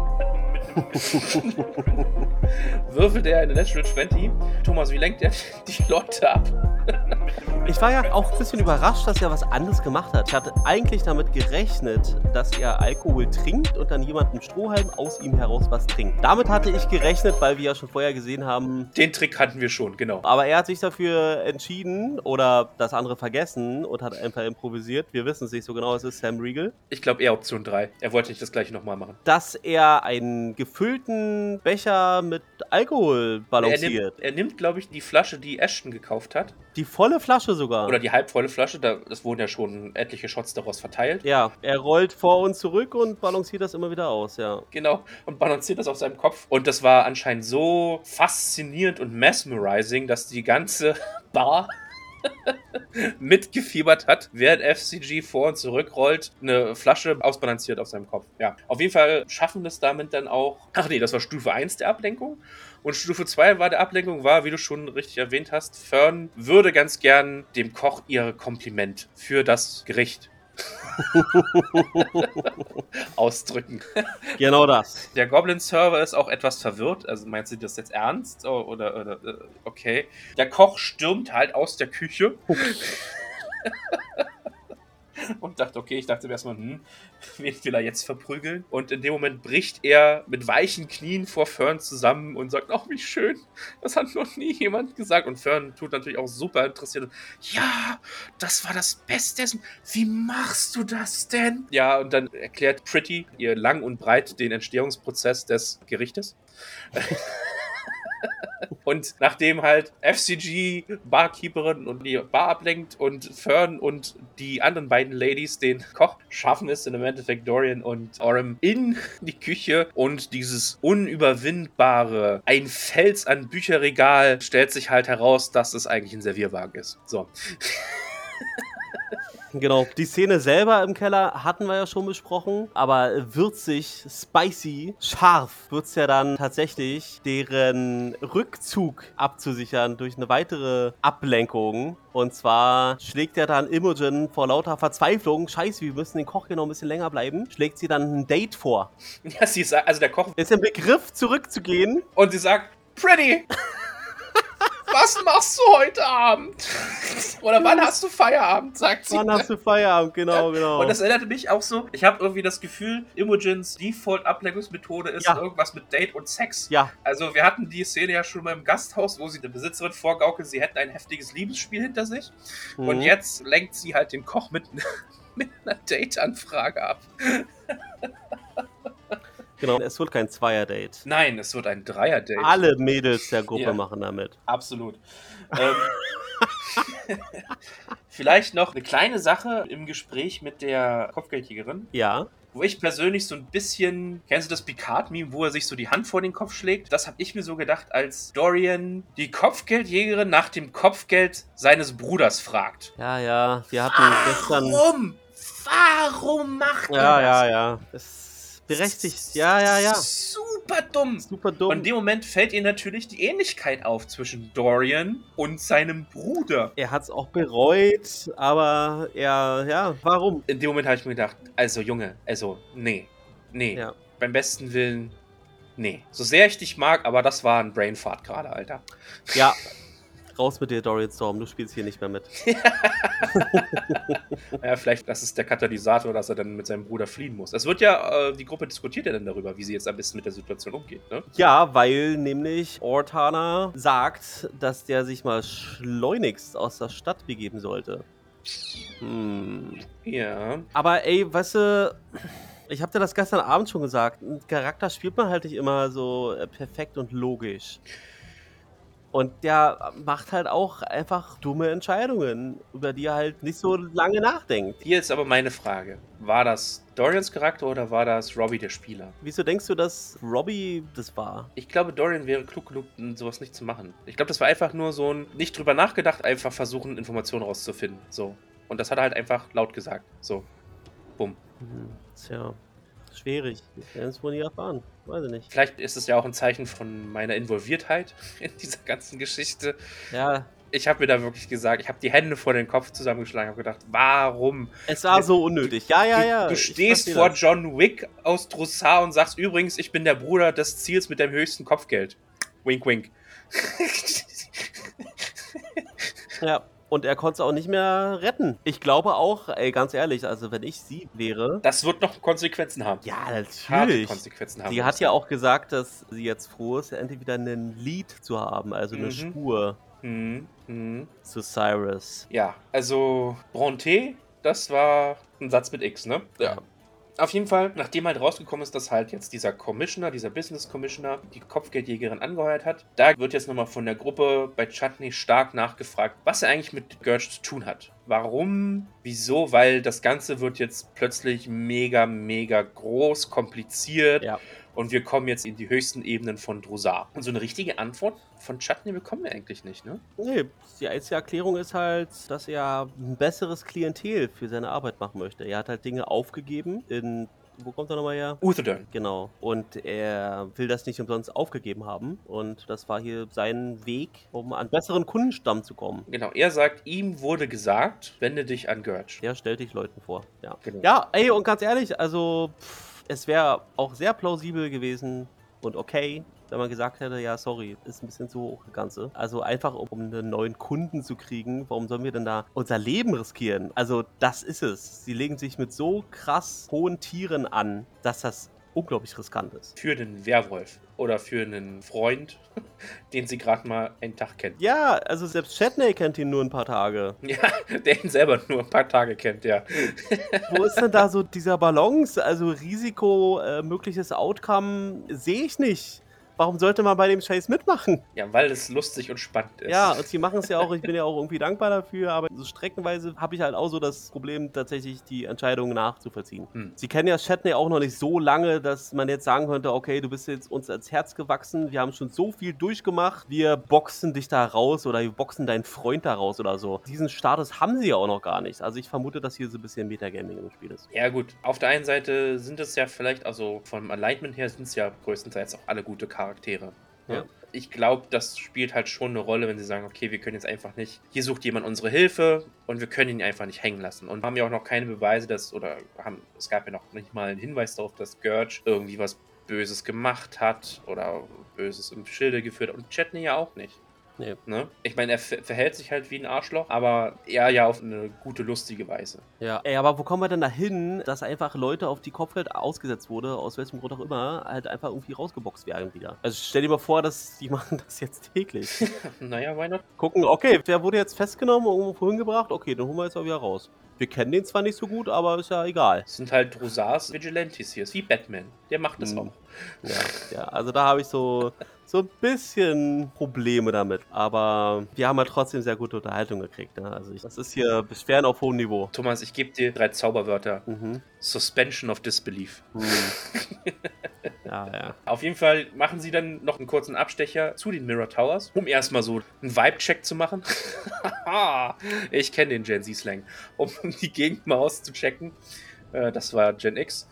Würfelt er eine Natural zwanzig. Thomas, wie lenkt er die Leute ab? Ich war ja auch ein bisschen überrascht, dass er was anderes gemacht hat. Ich hatte eigentlich damit gerechnet, dass er Alkohol trinkt und dann jemand im Strohhalm aus ihm heraus was trinkt. Damit hatte ich gerechnet, weil wir ja schon vorher gesehen haben. Den Trick kannten wir schon, genau. Aber er hat sich dafür entschieden oder das andere vergessen und hat einfach improvisiert. Wir wissen es nicht so genau, es ist Sam Riegel. Ich glaube eher Option drei. Er wollte nicht das gleiche nochmal machen. Dass er einen gefüllten Becher mit Alkohol Er balanciert. nimmt, er nimmt glaube ich, die Flasche, die Ashton gekauft hat. Die volle Flasche sogar. Oder die halbvolle Flasche, da, das wurden ja schon etliche Shots daraus verteilt. Ja, er rollt vor und zurück und balanciert das immer wieder aus, ja. Genau, und balanciert das auf seinem Kopf. Und das war anscheinend so faszinierend und mesmerizing, dass die ganze Bar mitgefiebert hat, während F C G vor und zurück rollt, eine Flasche ausbalanciert auf seinem Kopf. Ja, auf jeden Fall schaffen das damit dann auch... Ach nee, das war Stufe eins der Ablenkung. Und Stufe zwei war der Ablenkung, war, wie du schon richtig erwähnt hast, Fern würde ganz gern dem Koch ihr Kompliment für das Gericht ausdrücken. Genau das. Der Goblin-Server ist auch etwas verwirrt. Also meinst du das jetzt ernst? Oder, oder, oder okay. Der Koch stürmt halt aus der Küche. Und dachte, okay, ich dachte mir erstmal, hm, wen will er jetzt verprügeln? Und in dem Moment bricht er mit weichen Knien vor Fern zusammen und sagt, ach, wie schön, das hat noch nie jemand gesagt. Und Fern tut natürlich auch super interessiert. Ja, das war das Beste. Wie machst du das denn? Ja, und dann erklärt Pretty ihr lang und breit den Entstehungsprozess des Gerichtes. Und nachdem halt F C G, Barkeeperin und die Bar ablenkt und Fern und die anderen beiden Ladies den Koch schaffen es, in im Endeffekt Dorian und Orm in die Küche und dieses unüberwindbare, ein Fels an Bücherregal, stellt sich halt heraus, dass es eigentlich ein Servierwagen ist. So. Genau, die Szene selber im Keller hatten wir ja schon besprochen, aber würzig, spicy, scharf wird es ja dann tatsächlich, deren Rückzug abzusichern durch eine weitere Ablenkung. Und zwar schlägt ja dann Imogen vor lauter Verzweiflung, scheiße, wir müssen den Koch hier noch ein bisschen länger bleiben, schlägt sie dann ein Date vor. Ja, sie sagt, also der Koch Ist im Begriff zurückzugehen. und sie sagt, Pretty! Was machst du heute Abend? Oder wann hast du Feierabend, sagt sie. Wann hast du Feierabend? Genau, genau. Und das erinnerte mich auch so, ich habe irgendwie das Gefühl, Imogens Default-Ablenkungsmethode ist Ja. irgendwas mit Date und Sex. Ja. Also wir hatten die Szene ja schon mal im Gasthaus, wo sie der Besitzerin vorgaukelt, sie hätten ein heftiges Liebesspiel hinter sich. Mhm. Und jetzt lenkt sie halt den Koch mit, mit einer Date-Anfrage ab. Genau, es wird kein Zweier-Date. Nein, es wird ein Dreier-Date. Alle Mädels der Gruppe Ja. machen damit. Absolut. ähm, vielleicht noch eine kleine Sache im Gespräch mit der Kopfgeldjägerin, Ja. wo ich persönlich so ein bisschen, kennst du das Picard-Meme, wo er sich so die Hand vor den Kopf schlägt? Das habe ich mir so gedacht, als Dorian die Kopfgeldjägerin nach dem Kopfgeld seines Bruders fragt. Ja, ja, wir hatten gestern... Warum? Warum macht ihr Ja, das? ja, ja. Das ist berechtigt. Ja, ja, ja. Super dumm. Super Und dumm. in dem Moment fällt ihr natürlich die Ähnlichkeit auf zwischen Dorian und seinem Bruder. Er hat's auch bereut, aber er, ja, warum? In dem Moment habe ich mir gedacht, also Junge, also nee, nee, Ja. beim besten Willen, nee. So sehr ich dich mag, aber das war ein Brainfart gerade, Alter. Ja, raus mit dir, Dorian Storm, du spielst hier nicht mehr mit. Ja, vielleicht, das ist der Katalysator, dass er dann mit seinem Bruder fliehen muss. Es wird ja, äh, die Gruppe diskutiert ja dann darüber, wie sie jetzt am besten mit der Situation umgeht, ne? Ja, weil nämlich Ortana sagt, dass der sich mal schleunigst aus der Stadt begeben sollte. Hm. Ja. Aber ey, weißt du, ich hab dir das gestern Abend schon gesagt, einen Charakter spielt man halt nicht immer so äh, perfekt und logisch. Und der macht halt auch einfach dumme Entscheidungen, über die er halt nicht so lange nachdenkt. Hier ist aber meine Frage. War das Dorians Charakter oder war das Robbie, der Spieler? Wieso denkst du, dass Robbie das war? Ich glaube, Dorian wäre klug genug, sowas nicht zu machen. Ich glaube, das war einfach nur so ein, nicht drüber nachgedacht, einfach versuchen, Informationen rauszufinden. So. Und das hat er halt einfach laut gesagt. So. Bumm. Hm, tja, schwierig. Wir werden es wohl nie erfahren. Weiß ich nicht. Vielleicht ist es ja auch ein Zeichen von meiner Involviertheit in dieser ganzen Geschichte. Ja, Ich habe mir da wirklich gesagt, ich habe die Hände vor den Kopf zusammengeschlagen und gedacht, warum? es war so unnötig. Ja, ja, Du, ja. du ich stehst versteh vor das. John Wick aus Drossard und sagst übrigens, ich bin der Bruder des Ziels mit dem höchsten Kopfgeld. Wink, wink. Ja, und er konnte es auch nicht mehr retten. Ich glaube auch, ey, ganz ehrlich, also wenn ich sie wäre. Das wird noch Konsequenzen haben. Ja, Harte natürlich. Konsequenzen haben. Sie wird hat es ja haben. auch gesagt, dass sie jetzt froh ist, endlich wieder einen Lied zu haben, also eine Mhm. Spur Mhm. Mhm. zu Cyrus. Ja, also Bronte, das war ein Satz mit X, ne? Ja. Auf jeden Fall, nachdem halt rausgekommen ist, dass halt jetzt dieser Commissioner, dieser Business Commissioner, die Kopfgeldjägerin angeheuert hat, da wird jetzt nochmal von der Gruppe bei Chutney stark nachgefragt, was er eigentlich mit Gurch zu tun hat. Warum? Wieso? Weil das Ganze wird jetzt plötzlich mega, mega groß, kompliziert. Ja. Und wir kommen jetzt in die höchsten Ebenen von Drossard. Und so eine richtige Antwort von Chutney bekommen wir eigentlich nicht, ne? Nee, die einzige Erklärung ist halt, dass er ein besseres Klientel für seine Arbeit machen möchte. Er hat halt Dinge aufgegeben in. Wo kommt er nochmal her? Utherdern. Genau. Und er will das nicht umsonst aufgegeben haben. Und das war hier sein Weg, um an besseren Kundenstamm zu kommen. Genau, er sagt, ihm wurde gesagt, wende dich an Gurch. Der stellt dich Leuten vor. Ja, Genau. ja, ey, und ganz ehrlich, also pff, es wäre auch sehr plausibel gewesen und okay, wenn man gesagt hätte, ja, sorry, ist ein bisschen zu hoch, das Ganze. Also einfach, um einen neuen Kunden zu kriegen, warum sollen wir denn da unser Leben riskieren? Also das ist es. Sie legen sich mit so krass hohen Tieren an, dass das unglaublich riskant ist. Für den Werwolf oder für einen Freund, den sie gerade mal einen Tag kennt. Ja, also selbst Chatney kennt ihn nur ein paar Tage. Ja, der ihn selber nur ein paar Tage kennt, ja. Wo ist denn da so dieser Balance? Also Risiko, äh, mögliches Outcome sehe ich nicht. Warum sollte man bei dem Scheiß mitmachen? Ja, weil es lustig und spannend ist. Ja, und sie machen es ja auch, ich bin ja auch irgendwie dankbar dafür, aber so streckenweise habe ich halt auch so das Problem, tatsächlich die Entscheidung nachzuvollziehen. Hm. Sie kennen ja Chatney auch noch nicht so lange, dass man jetzt sagen könnte, okay, du bist jetzt uns ans Herz gewachsen, wir haben schon so viel durchgemacht, wir boxen dich da raus oder wir boxen deinen Freund da raus oder so. Diesen Status haben sie ja auch noch gar nicht. Also ich vermute, dass hier so ein bisschen Metagaming im Spiel ist. Ja gut, auf der einen Seite sind es ja vielleicht, also vom Alignment her sind es ja größtenteils auch alle gute Charaktere. Ja. Ja. Ich glaube, das spielt halt schon eine Rolle, wenn sie sagen, okay, wir können jetzt einfach nicht, hier sucht jemand unsere Hilfe und wir können ihn einfach nicht hängen lassen. Und haben ja auch noch keine Beweise, dass, oder haben, es gab ja noch nicht mal einen Hinweis darauf, dass Gurch irgendwie was Böses gemacht hat oder Böses im Schilde geführt hat und Chatney ja auch nicht. Nee. Ne? Ich meine, er ver- verhält sich halt wie ein Arschloch, aber er ja auf eine gute, lustige Weise. Ja. Ey, aber wo kommen wir denn da hin, dass einfach Leute auf die Kopfgeld ausgesetzt wurde, aus welchem Grund auch immer, halt einfach irgendwie rausgeboxt werden wieder? Also stell dir mal vor, dass die machen das jetzt täglich. Naja, why not? Gucken, okay, der wurde jetzt festgenommen und irgendwo hingebracht, okay, den holen wir jetzt auch wieder raus. Wir kennen den zwar nicht so gut, aber ist ja egal. Das sind halt Drossards Vigilantes hier. Ist wie Batman. Der macht das Hm. auch. Ja, ja, also da habe ich so, so ein bisschen Probleme damit. Aber wir haben halt trotzdem sehr gute Unterhaltung gekriegt. Ne? Also ich, das ist hier Beschweren auf hohem Niveau. Thomas, ich gebe dir drei Zauberwörter. Mhm. Suspension of Disbelief. Hm. Ja, ja. Auf jeden Fall machen sie dann noch einen kurzen Abstecher zu den Mirror Towers, um erstmal so einen Vibe-Check zu machen. Ich kenne den Gen Z-Slang. Um die Gegend mal auszuchecken. Äh, das war Gen X.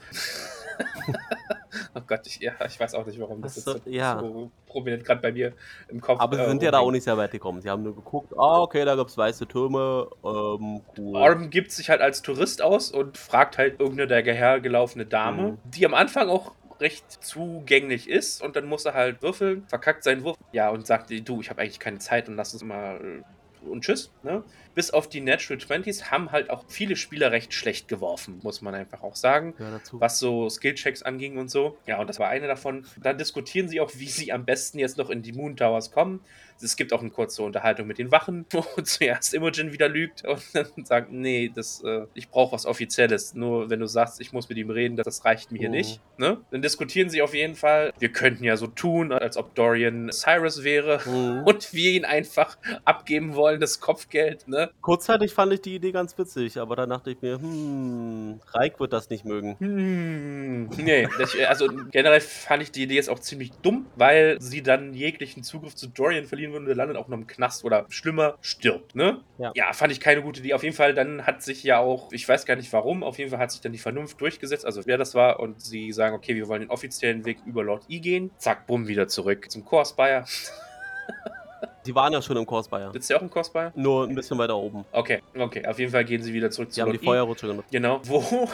Oh Gott, ich, ja, ich weiß auch nicht, warum das Ach so, jetzt so, ja. so prominent gerade bei mir im Kopf Aber sie äh, sind ja da auch rumhängt. nicht sehr weit gekommen. Sie haben nur geguckt, ah, okay, da gibt's weiße Türme, ähm, cool. Orm gibt sich halt als Tourist aus und fragt halt irgendeine dahergelaufene Dame, Mhm. die am Anfang auch recht zugänglich ist, und dann muss er halt würfeln, verkackt seinen Wurf, ja, und sagt, du, ich habe eigentlich keine Zeit und lass uns mal äh, und tschüss, ne? Bis auf die Natural Twenties haben halt auch viele Spieler recht schlecht geworfen, muss man einfach auch sagen, Ja, dazu. was so Skillchecks anging und so. Ja, und das war eine davon. Dann diskutieren sie auch, wie sie am besten jetzt noch in die Moon Towers kommen. Es gibt auch eine kurze Unterhaltung mit den Wachen, wo zuerst Imogen wieder lügt und dann sagt, nee, das, äh, ich brauche was Offizielles. Nur wenn du sagst, ich muss mit ihm reden, das, das reicht mir hier Mhm. nicht. Ne? Dann diskutieren sie auf jeden Fall, wir könnten ja so tun, als ob Dorian Cyrus wäre Mhm. und wir ihn einfach abgeben wollen, das Kopfgeld. Ne? Kurzzeitig fand ich die Idee ganz witzig, aber dann dachte ich mir, hm, Reik wird das nicht mögen. Hm, nee, das, also generell fand ich die Idee jetzt auch ziemlich dumm, weil sie dann jeglichen Zugriff zu Dorian verlieren würden und er landet auch noch im Knast oder schlimmer, stirbt, ne? Ja. Ja, fand ich keine gute Idee. Auf jeden Fall, dann hat sich ja auch, ich weiß gar nicht warum, auf jeden Fall hat sich dann die Vernunft durchgesetzt, also wer das war, und sie sagen, okay, wir wollen den offiziellen Weg über Lord E gehen. Zack, bumm, wieder zurück zum Core Spire. Die waren ja schon im Courspire. Sitzt der auch im Core Spire? Nur ein bisschen weiter oben. Okay, okay, auf jeden Fall gehen sie wieder zurück Die zu haben Lord die E. Feuerrutsche genutzt. Genau, wo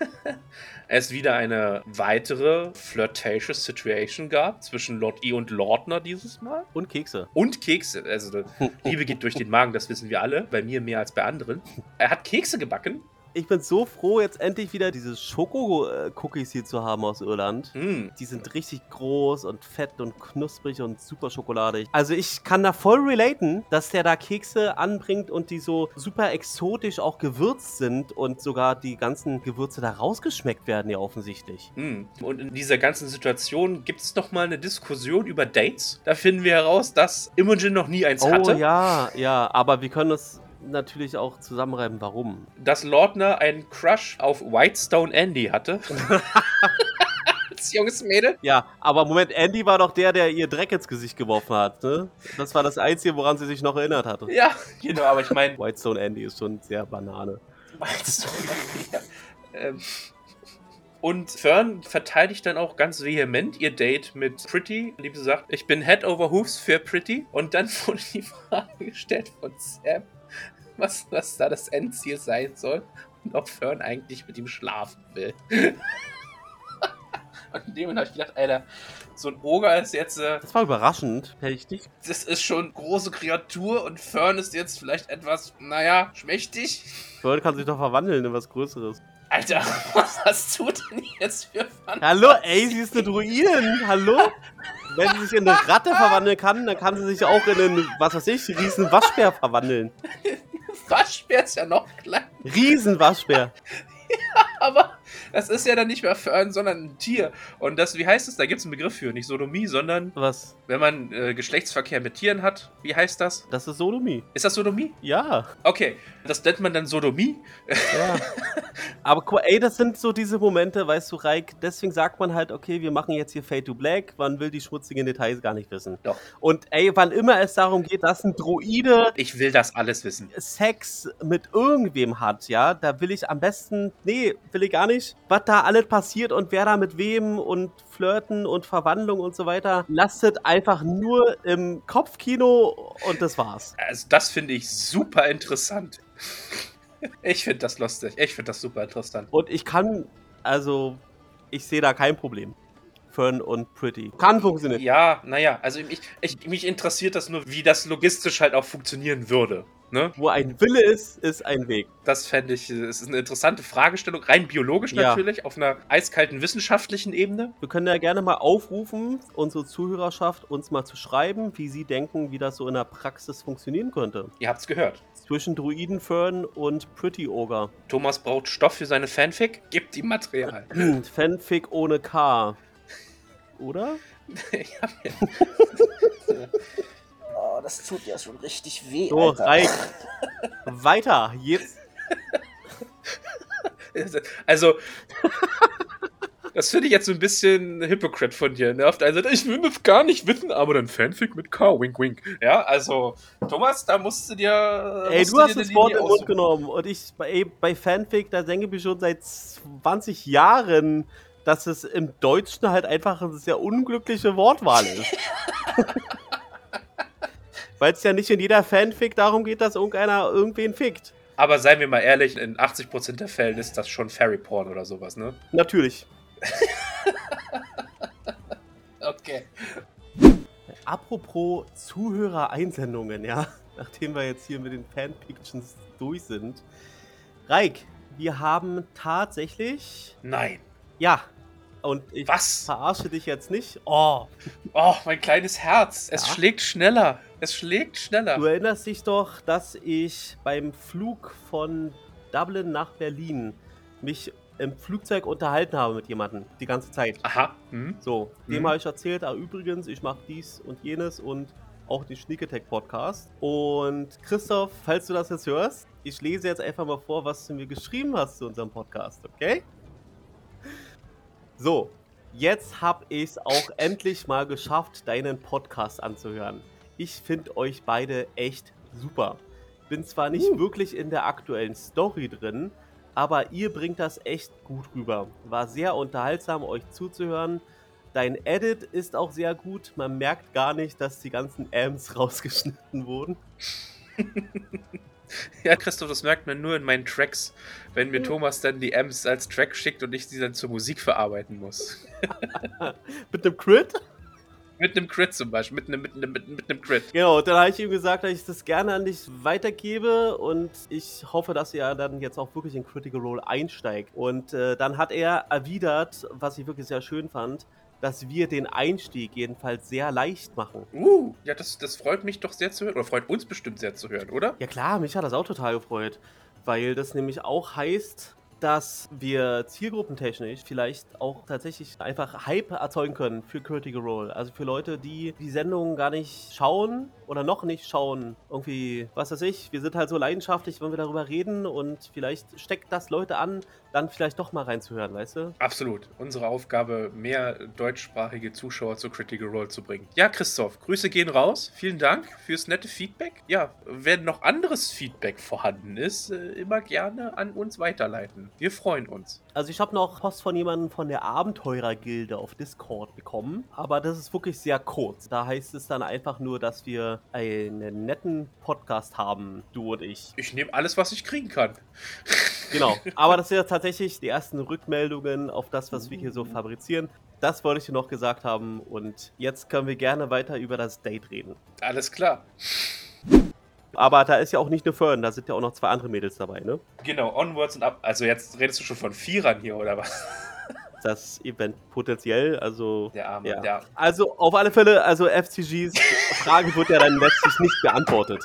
es wieder eine weitere flirtatious Situation gab zwischen Lord E und Lordner dieses Mal. Und Kekse. Und Kekse. Also Liebe geht durch den Magen, das wissen wir alle. Bei mir mehr als bei anderen. Er hat Kekse gebacken. Ich bin so froh, jetzt endlich wieder diese Schoko-Cookies hier zu haben aus Irland. Mm. Die sind richtig groß und fett und knusprig und super schokoladig. Also ich kann da voll relaten, dass der da Kekse anbringt und die so super exotisch auch gewürzt sind und sogar die ganzen Gewürze da rausgeschmeckt werden ja offensichtlich. Mm. Und in dieser ganzen Situation gibt es nochmal eine Diskussion über Dates. Da finden wir heraus, dass Imogen noch nie eins Oh hatte. ja, ja, aber wir können das natürlich auch zusammenreiben, warum. Dass Lordner einen Crush auf Whitestone Andy hatte. Als junges Mädel. Ja, aber Moment, Andy war doch der, der ihr Dreck ins Gesicht geworfen hat, ne? Das war das Einzige, woran sie sich noch erinnert hatte. Ja, genau, aber ich meine... Whitestone Andy ist schon sehr Banane. Whitestone ja. ähm. Und Fern verteidigt dann auch ganz vehement ihr Date mit Pretty, indem sie sagt, ich bin Head over Hooves für Pretty. Und dann wurde die Frage gestellt von Sam, was, was da das Endziel sein soll und ob Fern eigentlich mit ihm schlafen will. Und in dem Moment habe ich gedacht, Alter, so ein Oger ist jetzt... Äh, Das war überraschend, hätte ich nicht. Das ist schon große Kreatur und Fern ist jetzt vielleicht etwas, naja, schmächtig. Fern kann sich doch verwandeln in was Größeres. Alter, was hast du denn jetzt für Fantasie? Hallo, ey, sie ist eine Druidin, hallo? Wenn sie sich in eine Ratte verwandeln kann, dann kann sie sich auch in einen, was weiß ich, riesen Waschbär verwandeln. Waschbär ist ja noch klein. Riesen Waschbär. Aber das ist ja dann nicht mehr Fern, sondern ein Tier. Und das, wie heißt es? Da gibt es einen Begriff für. Nicht Sodomie, sondern Was? wenn man äh, Geschlechtsverkehr mit Tieren hat. Wie heißt das? Das ist Sodomie. Ist das Sodomie? Ja. Okay, das nennt man dann Sodomie. Ja. Aber guck mal, ey, das sind so diese Momente, weißt du, Reik, deswegen sagt man halt, okay, wir machen jetzt hier Fade to Black, man will die schmutzigen Details gar nicht wissen. Doch. Und ey, wann immer es darum geht, dass ein Druide Ich will das alles wissen. Sex mit irgendwem hat, ja, da will ich am besten, nee, will ich gar nicht, was da alles passiert und wer da mit wem und Flirten und Verwandlung und so weiter, lastet einfach nur im Kopfkino und das war's. Also das finde ich super interessant. Ich finde das lustig. Ich finde das super interessant. Und ich kann, also, ich sehe da kein Problem. Fern und Pretty. Kann funktionieren. Ja, naja, also ich, ich, mich interessiert das nur, wie das logistisch halt auch funktionieren würde. Ne? Wo ein Wille ist, ist ein Weg. Das fände ich, es ist eine interessante Fragestellung, rein biologisch Ja. natürlich, auf einer eiskalten wissenschaftlichen Ebene. Wir können ja gerne mal aufrufen, unsere Zuhörerschaft uns mal zu schreiben, wie sie denken, wie das so in der Praxis funktionieren könnte. Ihr habt's gehört. Zwischen Druiden Fern und Pretty Ogre. Thomas braucht Stoff für seine Fanfic, gibt ihm Material. Fanfic ohne K. oder? Ich hab ja- oh, das tut ja schon richtig weh, So, Alter. Reik. Weiter. Jetzt. Also, das finde ich jetzt so ein bisschen Hypocrite von dir. Ne? Auf der einen Seite, ich will das gar nicht wissen, aber dann Fanfic mit K, wink, wink. Ja, also, Thomas, da musst du dir. Ey, musst du hast dir das eine Wort Linie im Mund aussuchen. genommen und ich bei, bei Fanfic, da denke ich mir schon seit zwanzig Jahren, dass es im Deutschen halt einfach eine sehr unglückliche Wortwahl ist. Weil es ja nicht in jeder Fanfic darum geht, dass irgendeiner irgendwen fickt. Aber seien wir mal ehrlich, in achtzig Prozent der Fällen ist das schon Fairy Porn oder sowas, ne? Natürlich. Okay. Apropos Zuhörereinsendungen, ja, nachdem wir jetzt hier mit den Fanfictions durch sind. Reik, wir haben tatsächlich, Nein. ja, und ich Was? verarsche dich jetzt nicht. Oh, Oh, mein kleines Herz. Es Ja? schlägt schneller. Es schlägt schneller. du erinnerst dich doch, dass ich beim Flug von Dublin nach Berlin mich im Flugzeug unterhalten habe mit jemandem, die ganze Zeit. Aha. Hm? So, dem Mhm. habe ich erzählt, ah, übrigens, ich mache dies und jenes und auch den Sneak Attack Podcast. Und Christoph, falls du das jetzt hörst, ich lese jetzt einfach mal vor, was du mir geschrieben hast zu unserem Podcast, okay? So, jetzt habe ich es auch endlich mal geschafft, deinen Podcast anzuhören. Ich finde euch beide echt super. Bin zwar nicht Uh. wirklich in der aktuellen Story drin, aber ihr bringt das echt gut rüber. War sehr unterhaltsam, euch zuzuhören. Dein Edit ist auch sehr gut. Man merkt gar nicht, dass die ganzen Amps rausgeschnitten wurden. Ja, Christoph, das merkt man nur in meinen Tracks, wenn mir Ja. Thomas dann die Amps als Track schickt und ich sie dann zur Musik verarbeiten muss. Mit einem Crit? Mit einem Crit zum Beispiel, mit einem, mit einem, mit, mit einem Crit. Genau, dann habe ich ihm gesagt, dass ich das gerne an dich weitergebe und ich hoffe, dass er dann jetzt auch wirklich in Critical Role einsteigt. Und äh, dann hat er erwidert, was ich wirklich sehr schön fand, dass wir den Einstieg jedenfalls sehr leicht machen. Uh, ja, das, das freut mich doch sehr zu hören. Oder freut uns bestimmt sehr zu hören, oder? Ja klar, mich hat das auch total gefreut, weil das nämlich auch heißt, dass wir zielgruppentechnisch vielleicht auch tatsächlich einfach Hype erzeugen können für Critical Role. Also für Leute, die die Sendung gar nicht schauen oder noch nicht schauen. Irgendwie, was weiß ich, wir sind halt so leidenschaftlich, wenn wir darüber reden und vielleicht steckt das Leute an, dann vielleicht doch mal reinzuhören, weißt du? Absolut. Unsere Aufgabe, mehr deutschsprachige Zuschauer zu Critical Role zu bringen. Ja, Christoph, Grüße gehen raus. Vielen Dank fürs nette Feedback. Ja, wenn noch anderes Feedback vorhanden ist, äh, immer gerne an uns weiterleiten. Wir freuen uns. Also ich habe noch Post von jemandem von der Abenteurergilde auf Discord bekommen, aber das ist wirklich sehr kurz. Da heißt es dann einfach nur, dass wir einen netten Podcast haben, du und ich. Ich nehme alles, was ich kriegen kann. Genau, aber das sind ja tatsächlich die ersten Rückmeldungen auf das, was wir hier so fabrizieren. Das wollte ich dir noch gesagt haben und jetzt können wir gerne weiter über das Date reden. Alles klar. Aber da ist ja auch nicht nur Fern, da sind ja auch noch zwei andere Mädels dabei, ne? Genau, onwards und up. Also jetzt redest du schon von Vierern hier, oder was? Das Event potenziell, also... Der Arme, ja. der... Also auf alle Fälle, also F C Gs Frage wird ja dann letztlich nicht beantwortet.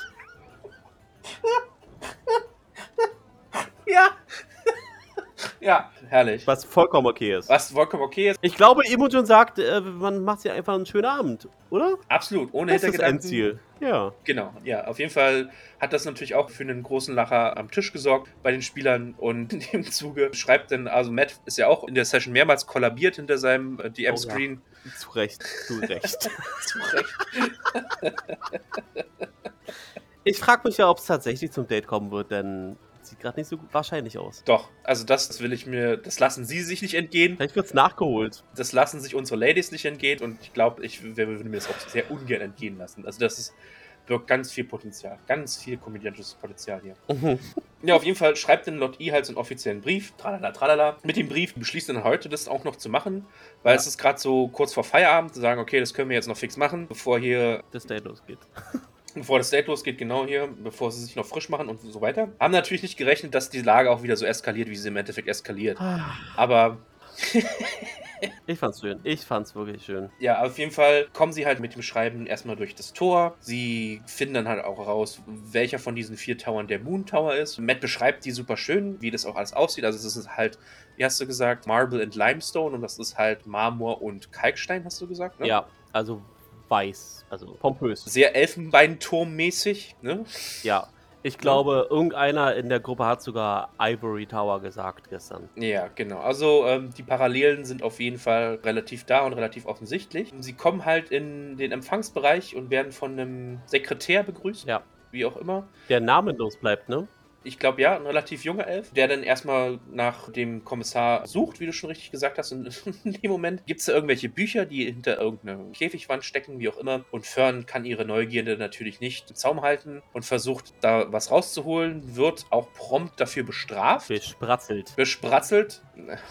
Ja. Ja, herrlich. Was vollkommen okay ist. Was vollkommen okay ist. Ich glaube, Imogen sagt, äh, man macht sich einfach einen schönen Abend, oder? Absolut, ohne Das ist das Hintergedanken. Endziel. Ja. Genau, ja. Auf jeden Fall hat das natürlich auch für einen großen Lacher am Tisch gesorgt bei den Spielern. Und in dem Zuge schreibt dann, also Matt ist ja auch in der Session mehrmals kollabiert hinter seinem äh, D M-Screen. Oh, ja. Zu Recht, zu Recht. Zu Recht. Ich frage mich ja, ob es tatsächlich zum Date kommen wird, denn sieht gerade nicht so gut wahrscheinlich aus. Doch, also das, das will ich mir, das lassen sie sich nicht entgehen. Vielleicht wird es nachgeholt. Das lassen sich unsere Ladies nicht entgehen. Und ich glaube, ich wir würden mir das auch sehr ungern entgehen lassen. Also das ist, birgt ganz viel Potenzial. Ganz viel komödiantisches Potenzial hier. Mhm. Ja, auf jeden Fall schreibt dann Lot E halt so einen offiziellen Brief, tralala, tralala. Mit dem Brief beschließt dann heute, das auch noch zu machen, weil Ja. es ist gerade so kurz vor Feierabend, zu sagen, okay, das können wir jetzt noch fix machen, bevor hier, Das Date losgeht. bevor das Date losgeht, genau hier, bevor sie sich noch frisch machen und so weiter. Haben natürlich nicht gerechnet, dass die Lage auch wieder so eskaliert, wie sie im Endeffekt eskaliert. Aber Ich fand's schön. Ich fand's wirklich schön. Ja, auf jeden Fall kommen sie halt mit dem Schreiben erstmal durch das Tor. Sie finden dann halt auch heraus, welcher von diesen vier Towern der Moon Tower ist. Matt beschreibt die super schön, wie das auch alles aussieht. Also es ist halt, wie hast du gesagt, Marble and Limestone und das ist halt Marmor und Kalkstein, hast du gesagt, ne? Ja, also weiß, also pompös. Sehr Elfenbeinturm-mäßig, ne? Ja. Ich glaube, ja. Irgendeiner in der Gruppe hat sogar Ivory Tower gesagt gestern. Ja, genau. Also ähm, die Parallelen sind auf jeden Fall relativ da und relativ offensichtlich. Sie kommen halt in den Empfangsbereich und werden von einem Sekretär begrüßt. Ja. Wie auch immer. Der namenlos bleibt, ne? Ich glaube, ja, ein relativ junger Elf, der dann erstmal nach dem Kommissar sucht, wie du schon richtig gesagt hast. Und in dem Moment gibt es da irgendwelche Bücher, die hinter irgendeiner Käfigwand stecken, wie auch immer. Und Fern kann ihre Neugierde natürlich nicht im Zaum halten und versucht, da was rauszuholen, wird auch prompt dafür bestraft. Bespratzelt. Bespratzelt.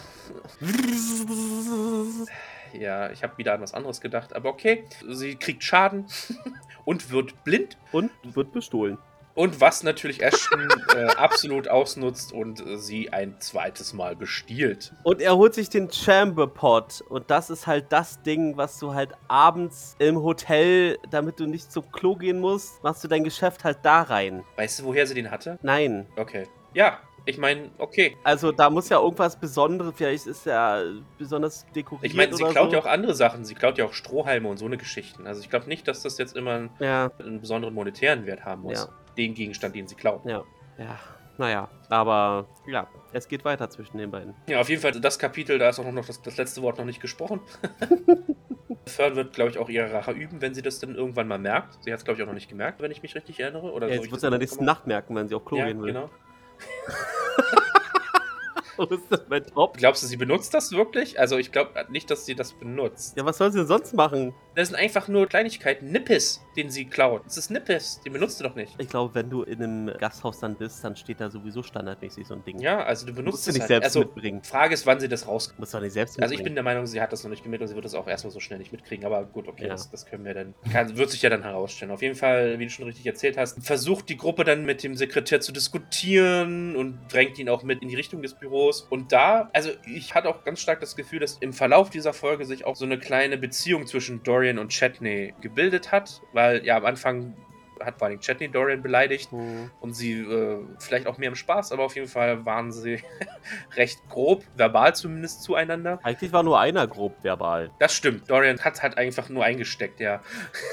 Ja, ich habe wieder an was anderes gedacht, aber okay. Sie kriegt Schaden und wird blind. Und wird bestohlen. Und was natürlich Ashton äh, absolut ausnutzt und äh, sie ein zweites Mal bestiehlt. Und er holt sich den Chamber Pot. Und das ist halt das Ding, was du halt abends im Hotel, damit du nicht zum Klo gehen musst, machst du dein Geschäft halt da rein. Weißt du, woher sie den hatte? Nein. Okay. Ja, ich meine, okay. Also da muss ja irgendwas Besonderes, vielleicht ist er besonders dekoriert. Ich meine, sie oder klaut so. ja auch andere Sachen. Sie klaut ja auch Strohhalme und so eine Geschichten. Also ich glaube nicht, dass das jetzt immer einen, ja. einen besonderen monetären Wert haben muss. Ja. Den Gegenstand, den sie klaut. Ja. Ja. Naja, aber ja, es geht weiter zwischen den beiden. Ja, auf jeden Fall das Kapitel, da ist auch noch das, das letzte Wort noch nicht gesprochen. Fern wird, glaube ich, auch ihre Rache üben, wenn sie das dann irgendwann mal merkt. Sie hat es, glaube ich, auch noch nicht gemerkt, wenn ich mich richtig erinnere. Oder ja, so jetzt wird es ja in der nächsten Nacht merken, wenn sie auf Klo ja, gehen will. Genau. Wo ist das mein Top? Glaubst du, sie benutzt das wirklich? Also ich glaube nicht, dass sie das benutzt. Ja, was soll sie denn sonst machen? Das sind einfach nur Kleinigkeiten. Nippes, den sie klaut. Das ist Nippes, den benutzt du doch nicht. Ich glaube, wenn du in einem Gasthaus dann bist, dann steht da sowieso standardmäßig so ein Ding. Ja, also du benutzt musst du es nicht halt. selbst Also, mitbringen. Frage ist, wann sie das rauskommt. Musst du nicht selbst Also mitbringen. ich bin der Meinung, sie hat das noch nicht gemerkt und sie wird das auch erstmal so schnell nicht mitkriegen. Aber gut, okay, Ja. das, das können wir dann. Kann, wird sich ja dann herausstellen. Auf jeden Fall, wie du schon richtig erzählt hast, versucht die Gruppe dann mit dem Sekretär zu diskutieren und drängt ihn auch mit in die Richtung des Büros. Und da, also ich hatte auch ganz stark das Gefühl, dass im Verlauf dieser Folge sich auch so eine kleine Beziehung zwischen Dorian und Chetney gebildet hat, weil ja am Anfang hat vor allem Chetney Dorian beleidigt Mhm. und sie äh, vielleicht auch mehr im Spaß, aber auf jeden Fall waren sie recht grob, verbal zumindest zueinander. Eigentlich war nur einer grob verbal. Das stimmt, Dorian hat halt einfach nur eingesteckt, ja.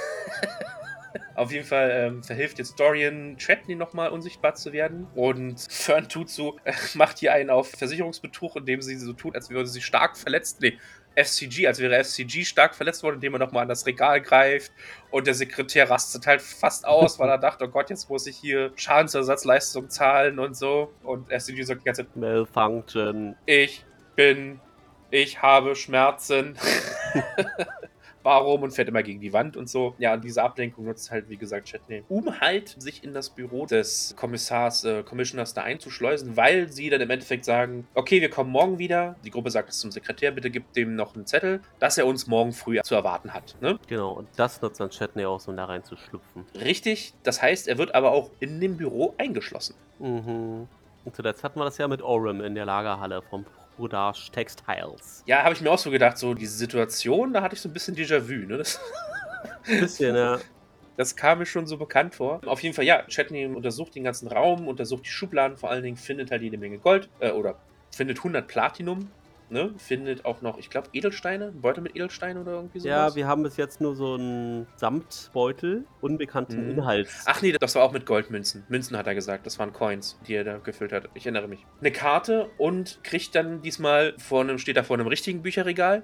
Auf jeden Fall ähm, verhilft jetzt Dorian Chetney nochmal unsichtbar zu werden. Und Fern tut so, äh, macht hier einen auf Versicherungsbetrug, indem sie so tut, als wäre sie stark verletzt. Nee, F C G, als wäre F C G stark verletzt worden, indem er nochmal an das Regal greift. Und der Sekretär rastet halt fast aus, weil er dachte, oh Gott, jetzt muss ich hier Schadensersatzleistung zahlen und so. Und F C G sagt die ganze Zeit, Malfunction. ich bin, ich habe Schmerzen. Warum? Und fährt immer gegen die Wand und so. Ja, und diese Ablenkung nutzt halt, wie gesagt, Chetney, um halt sich in das Büro des Kommissars, äh, Commissioners da einzuschleusen, weil sie dann im Endeffekt sagen, okay, wir kommen morgen wieder. Die Gruppe sagt es zum Sekretär, bitte gib dem noch einen Zettel, dass er uns morgen früh zu erwarten hat. Ne? Genau, und das nutzt dann Chetney auch, um da reinzuschlüpfen. Richtig, das heißt, er wird aber auch in dem Büro eingeschlossen. Mhm. Und zuletzt hatten wir das ja mit Orem in der Lagerhalle vom Brodage Textiles. Ja, habe ich mir auch so gedacht, so diese Situation, da hatte ich so ein bisschen Déjà-vu, ne? Das Ein bisschen, ja. Das kam mir schon so bekannt vor. Auf jeden Fall, ja, Chetney untersucht den ganzen Raum, untersucht die Schubladen, vor allen Dingen findet halt jede Menge Gold, äh, oder findet hundert Platinum, ne? Findet auch noch, ich glaube, Edelsteine, ein Beutel mit Edelsteinen oder irgendwie sowas. Ja, wir haben bis jetzt nur so einen Samtbeutel unbekannten Mhm. Inhalts. Ach nee, das war auch mit Goldmünzen. Münzen hat er gesagt, das waren Coins, die er da gefüllt hat. Ich erinnere mich. Eine Karte und kriegt dann diesmal vor einem, steht da vor einem richtigen Bücherregal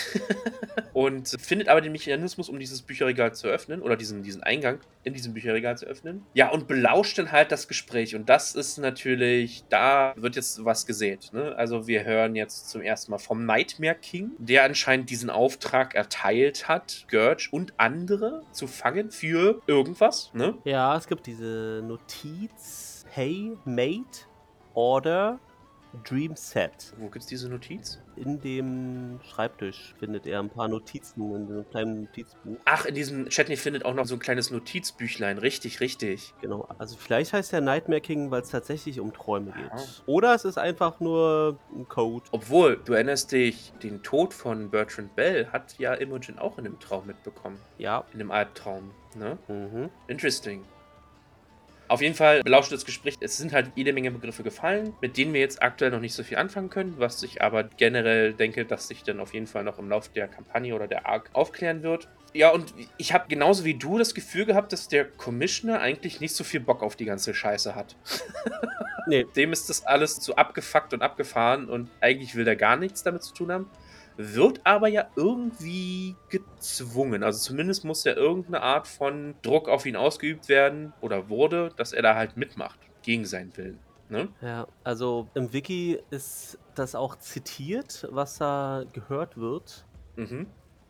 und findet aber den Mechanismus, um dieses Bücherregal zu öffnen oder diesen, diesen Eingang in diesem Bücherregal zu öffnen. Ja, und belauscht dann halt das Gespräch und das ist natürlich, da wird jetzt was gesät. Ne? Also wir hören jetzt zum ersten Mal vom Nightmare King, der anscheinend diesen Auftrag erteilt hat, Gurge und andere zu fangen für irgendwas. Ne? Ja, es gibt diese Notiz. Hey, Mate, Order, Dream Set. Wo gibt's diese Notiz? In dem Schreibtisch findet er ein paar Notizen in so einem kleinen Notizbuch. Ach, in diesem Chatney findet auch noch so ein kleines Notizbüchlein. Richtig, richtig. Genau, also vielleicht heißt der Nightmare King, weil es tatsächlich um Träume geht. Aha. Oder es ist einfach nur ein Code. Obwohl, du erinnerst dich, den Tod von Bertrand Bell hat ja Imogen auch in einem Traum mitbekommen. Ja. In einem Albtraum, ne? Mhm. Interesting. Auf jeden Fall belauscht das Gespräch. Es sind halt jede Menge Begriffe gefallen, mit denen wir jetzt aktuell noch nicht so viel anfangen können, was ich aber generell denke, dass sich dann auf jeden Fall noch im Laufe der Kampagne oder der Arc aufklären wird. Ja, und ich habe genauso wie du das Gefühl gehabt, dass der Commissioner eigentlich nicht so viel Bock auf die ganze Scheiße hat. Nee. Dem ist das alles zu abgefuckt und abgefahren und eigentlich will der gar nichts damit zu tun haben. Wird aber ja irgendwie gezwungen. Also zumindest muss ja irgendeine Art von Druck auf ihn ausgeübt werden oder wurde, dass er da halt mitmacht, gegen seinen Willen. Ne? Ja, also im Wiki ist das auch zitiert, was da gehört wird. Mhm.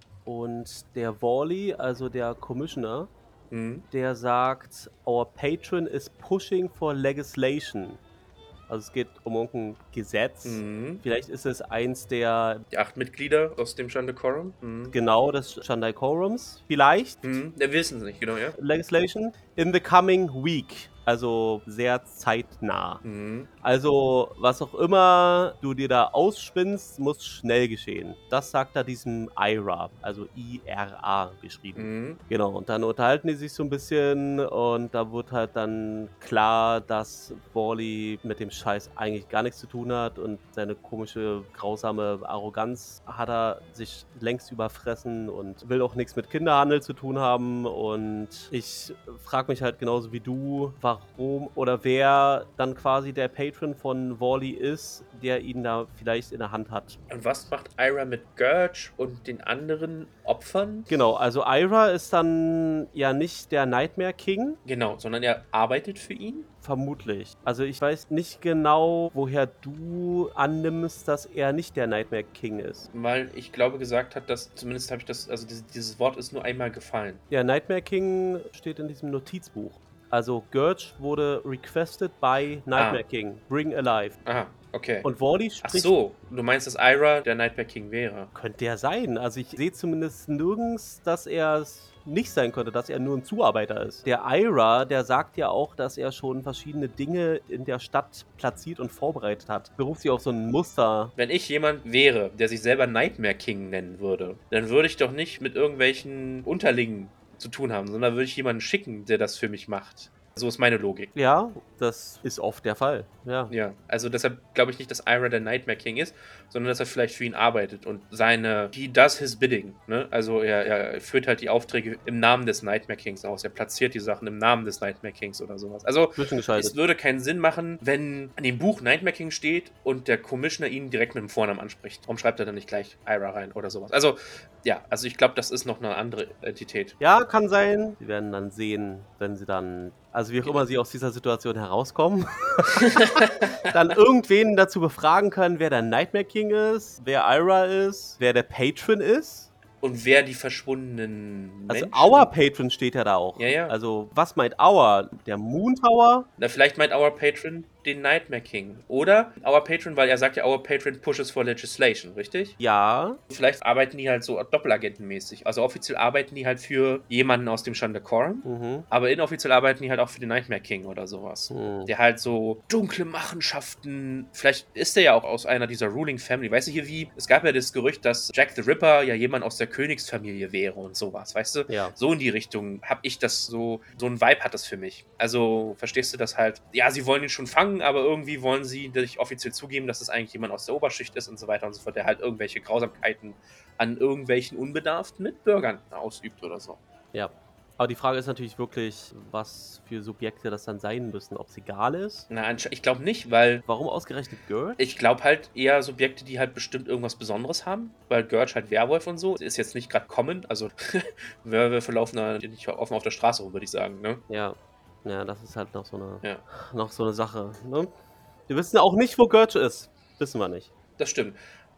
Und der Worley, also der Commissioner, Mhm. der sagt, our patron is pushing for legislation. Also es geht um irgendein Gesetz. Mhm. Vielleicht ist es eins der... Die acht Mitglieder aus dem Shandakorum. Mhm. Genau, des Shandai-Korums. Vielleicht. Mhm. Wir wissen es nicht, genau, ja. Legislation. In the coming week. Also sehr zeitnah. Mhm. Also, was auch immer du dir da ausspinnst, muss schnell geschehen. Das sagt er diesem Ira, also I R A geschrieben. Mhm. Genau, und dann unterhalten die sich so ein bisschen und da wird halt dann klar, dass Worley mit dem Scheiß eigentlich gar nichts zu tun hat und seine komische, grausame Arroganz hat er sich längst überfressen und will auch nichts mit Kinderhandel zu tun haben. Und ich frage mich halt genauso wie du, warum oder wer dann quasi der Patron von Worley ist, der ihn da vielleicht in der Hand hat. Und was macht Ira mit Gurge und den anderen Opfern? Genau, also Ira ist dann ja nicht der Nightmare King. Genau, sondern er arbeitet für ihn? Vermutlich. Also ich weiß nicht genau, woher du annimmst, dass er nicht der Nightmare King ist. Weil ich glaube gesagt hat, dass, zumindest habe ich das, also dieses, dieses Wort ist nur einmal gefallen. Der Nightmare King steht in diesem Notizbuch. Also Gurge wurde requested by Nightmare Ah. King. Bring alive. Aha, okay. Und Worley Ach spricht... so, du meinst, dass Ira der Nightmare King wäre? Könnte er sein. Also ich sehe zumindest nirgends, dass er es nicht sein könnte, dass er nur ein Zuarbeiter ist. Der Ira, der sagt ja auch, dass er schon verschiedene Dinge in der Stadt platziert und vorbereitet hat. Beruft sich auf so ein Muster. Wenn ich jemand wäre, der sich selber Nightmare King nennen würde, dann würde ich doch nicht mit irgendwelchen Unterlingen zu tun haben, sondern würde ich jemanden schicken, der das für mich macht. So ist meine Logik. Ja, das ist oft der Fall. Ja. Ja, also deshalb glaube ich nicht, dass Ira der Nightmare King ist, sondern dass er vielleicht für ihn arbeitet und seine, he does his bidding, ne? Also er, er führt halt die Aufträge im Namen des Nightmare Kings aus, er platziert die Sachen im Namen des Nightmare Kings oder sowas. Also es würde keinen Sinn machen, wenn in dem Buch Nightmare King steht und der Commissioner ihn direkt mit dem Vornamen anspricht. Warum schreibt er dann nicht gleich Ira rein oder sowas? Also ja, also ich glaube, das ist noch eine andere Entität. Ja, kann sein. Sie werden dann sehen, wenn sie dann, also wie auch immer sie aus dieser Situation herauskommen, dann irgendwen dazu befragen können, wer der Nightmare King ist, wer Ira ist, wer der Patron ist. Und wer die verschwundenen Also Menschen... Our Patron steht ja da auch. Ja, ja. Also was meint Our? Der Moon Tower? Na, vielleicht meint Our Patron den Nightmare King. Oder Our Patron, weil er sagt ja, Our Patron pushes for legislation, richtig? Ja. Vielleicht arbeiten die halt so doppelagentenmäßig. Also offiziell arbeiten die halt für jemanden aus dem Shandakorum, Mhm. aber inoffiziell arbeiten die halt auch für den Nightmare King oder sowas. Mhm. Der halt so dunkle Machenschaften, vielleicht ist er ja auch aus einer dieser Ruling Family. Weißt du hier wie, es gab ja das Gerücht, dass Jack the Ripper ja jemand aus der Königsfamilie wäre und sowas, weißt du? Ja. So in die Richtung habe ich das so, so ein Vibe hat das für mich. Also verstehst du das halt, ja, sie wollen ihn schon fangen, aber irgendwie wollen sie nicht offiziell zugeben, dass es eigentlich jemand aus der Oberschicht ist und so weiter und so fort, der halt irgendwelche Grausamkeiten an irgendwelchen unbedarften Mitbürgern ausübt oder so. Ja. Aber die Frage ist natürlich wirklich, was für Subjekte das dann sein müssen. Ob es egal ist? Na, ich glaube nicht, weil Warum ausgerechnet Gurge? ich glaube halt eher Subjekte, die halt bestimmt irgendwas Besonderes haben, weil Gurge halt Werwolf und so ist jetzt nicht gerade common, also Werwölfe laufen da nicht offen auf der Straße rum, würde ich sagen, ne? Ja. Ja, das ist halt noch so eine, Ja. noch so eine Sache. Ne? Wir wissen auch nicht, wo Gurge ist. Wissen wir nicht. Das stimmt.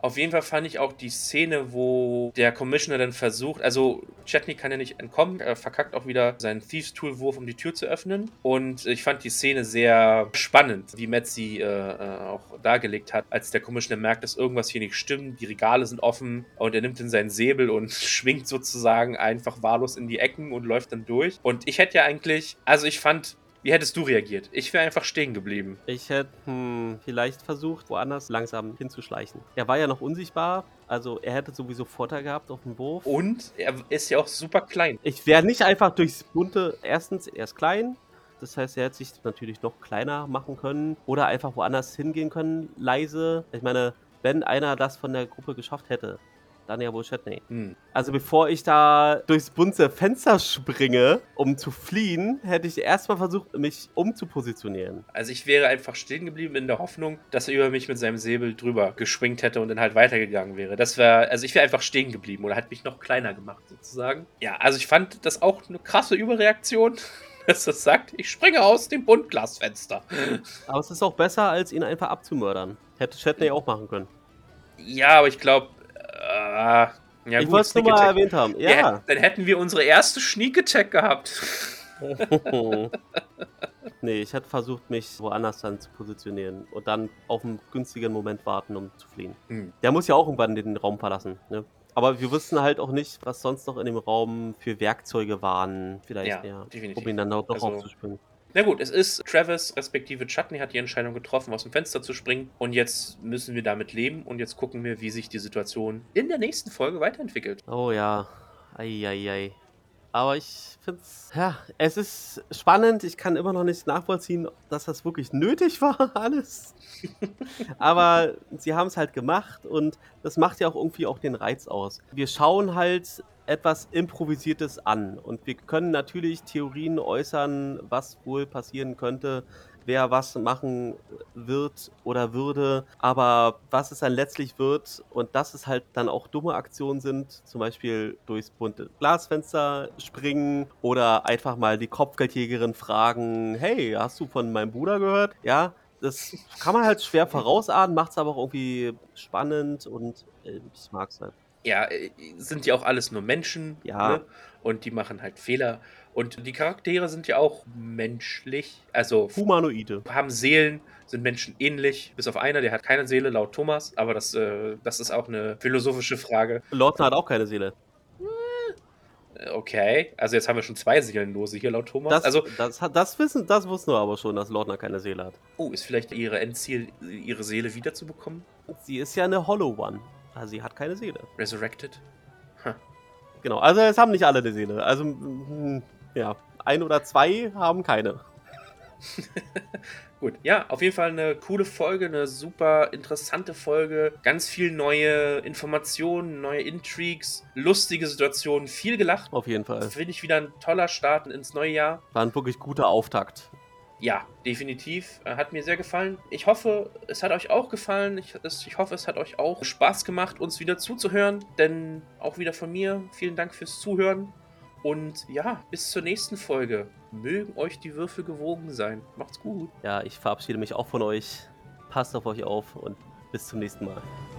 Auf jeden Fall fand ich auch die Szene, wo der Commissioner dann versucht, also Chetney kann ja nicht entkommen, er verkackt auch wieder seinen Thieves-Tool-Wurf, um die Tür zu öffnen. Und ich fand die Szene sehr spannend, wie Matt sie äh, äh, auch dargelegt hat, als der Commissioner merkt, dass irgendwas hier nicht stimmt, die Regale sind offen und er nimmt dann seinen Säbel und schwingt sozusagen einfach wahllos in die Ecken und läuft dann durch. Und ich hätte ja eigentlich, also ich fand, wie hättest du reagiert? Ich wäre einfach stehen geblieben. Ich hätte hm, vielleicht versucht, woanders langsam hinzuschleichen. Er war ja noch unsichtbar, also er hätte sowieso Vorteil gehabt auf dem Wurf. Und er ist ja auch super klein. Ich wäre nicht einfach durchs bunte, erstens, er ist klein, das heißt, er hätte sich natürlich noch kleiner machen können oder einfach woanders hingehen können, leise. Ich meine, wenn einer das von der Gruppe geschafft hätte, dann ja wohl Chetney. Hm. Also bevor ich da durchs bunte Fenster springe, um zu fliehen, hätte ich erstmal versucht, mich umzupositionieren. Also ich wäre einfach stehen geblieben in der Hoffnung, dass er über mich mit seinem Säbel drüber geschwingt hätte und dann halt weitergegangen wäre. Das wäre, also ich wäre einfach stehen geblieben oder hat mich noch kleiner gemacht sozusagen. Ja, also ich fand das auch eine krasse Überreaktion, dass das sagt, ich springe aus dem Buntglasfenster. Aber es ist auch besser, als ihn einfach abzumördern. Hätte Chetney auch machen können. Ja, aber ich glaube, äh, ja, ich wollte es nur mal erwähnt haben. Ja. ja. Dann hätten wir unsere erste Sneak Attack gehabt. Nee, ich hätte versucht, mich woanders dann zu positionieren und dann auf einen günstigen Moment warten, um zu fliehen. Hm. Der muss ja auch irgendwann den Raum verlassen, ne? Aber wir wussten halt auch nicht, was sonst noch in dem Raum für Werkzeuge waren, vielleicht, Ja, ja, definitiv. um ihn dann noch Also- aufzuspringen. Na gut, es ist Travis respektive Chutney hat die Entscheidung getroffen, aus dem Fenster zu springen. Und jetzt müssen wir damit leben und jetzt gucken wir, wie sich die Situation in der nächsten Folge weiterentwickelt. Oh ja, eieiei. Aber ich finde es, ja, es ist spannend. Ich kann immer noch nicht nachvollziehen, dass das wirklich nötig war, alles. Aber sie haben es halt gemacht und das macht ja auch irgendwie auch den Reiz aus. Wir schauen halt etwas Improvisiertes an und wir können natürlich Theorien äußern, was wohl passieren könnte, wer was machen wird oder würde, aber was es dann letztlich wird und dass es halt dann auch dumme Aktionen sind, zum Beispiel durchs bunte Glasfenster springen oder einfach mal die Kopfgeldjägerin fragen, hey, hast du von meinem Bruder gehört? Ja, das kann man halt schwer vorausahnen, macht es aber auch irgendwie spannend und äh, ich mag es halt. Ja, äh, sind ja auch alles nur Menschen. Ja. Ne? Und die machen halt Fehler. Und die Charaktere sind ja auch menschlich. Also Humanoide. haben Seelen, sind Menschen ähnlich. Bis auf einer, der hat keine Seele, laut Thomas. Aber das, äh, das ist auch eine philosophische Frage. Lortner hat auch keine Seele. Äh, Okay, also jetzt haben wir schon zwei Seelenlose hier, laut Thomas. Das, also, das, hat- das, wissen, das wussten wir aber schon, dass Lortner keine Seele hat. oh, ist vielleicht ihre Endziel, ihre Seele wiederzubekommen? Sie ist ja eine Hollow One. Also sie hat keine Seele. Resurrected? Genau, also es haben nicht alle eine Seele. Also, mm, ja, ein oder zwei haben keine. Gut, ja, auf jeden Fall eine coole Folge, eine super interessante Folge. Ganz viel neue Informationen, neue Intrigues, lustige Situationen, viel gelacht. Auf jeden Fall. Finde ich wieder ein toller Start ins neue Jahr. War ein wirklich guter Auftakt. Ja, definitiv. Äh, Hat mir sehr gefallen. Ich hoffe, es hat euch auch gefallen. Ich, es, ich hoffe, es hat euch auch Spaß gemacht, uns wieder zuzuhören. Denn auch wieder von mir, vielen Dank fürs Zuhören. Und ja, bis zur nächsten Folge. Mögen euch die Würfel gewogen sein. Macht's gut. Ja, ich verabschiede mich auch von euch. Passt auf euch auf und bis zum nächsten Mal.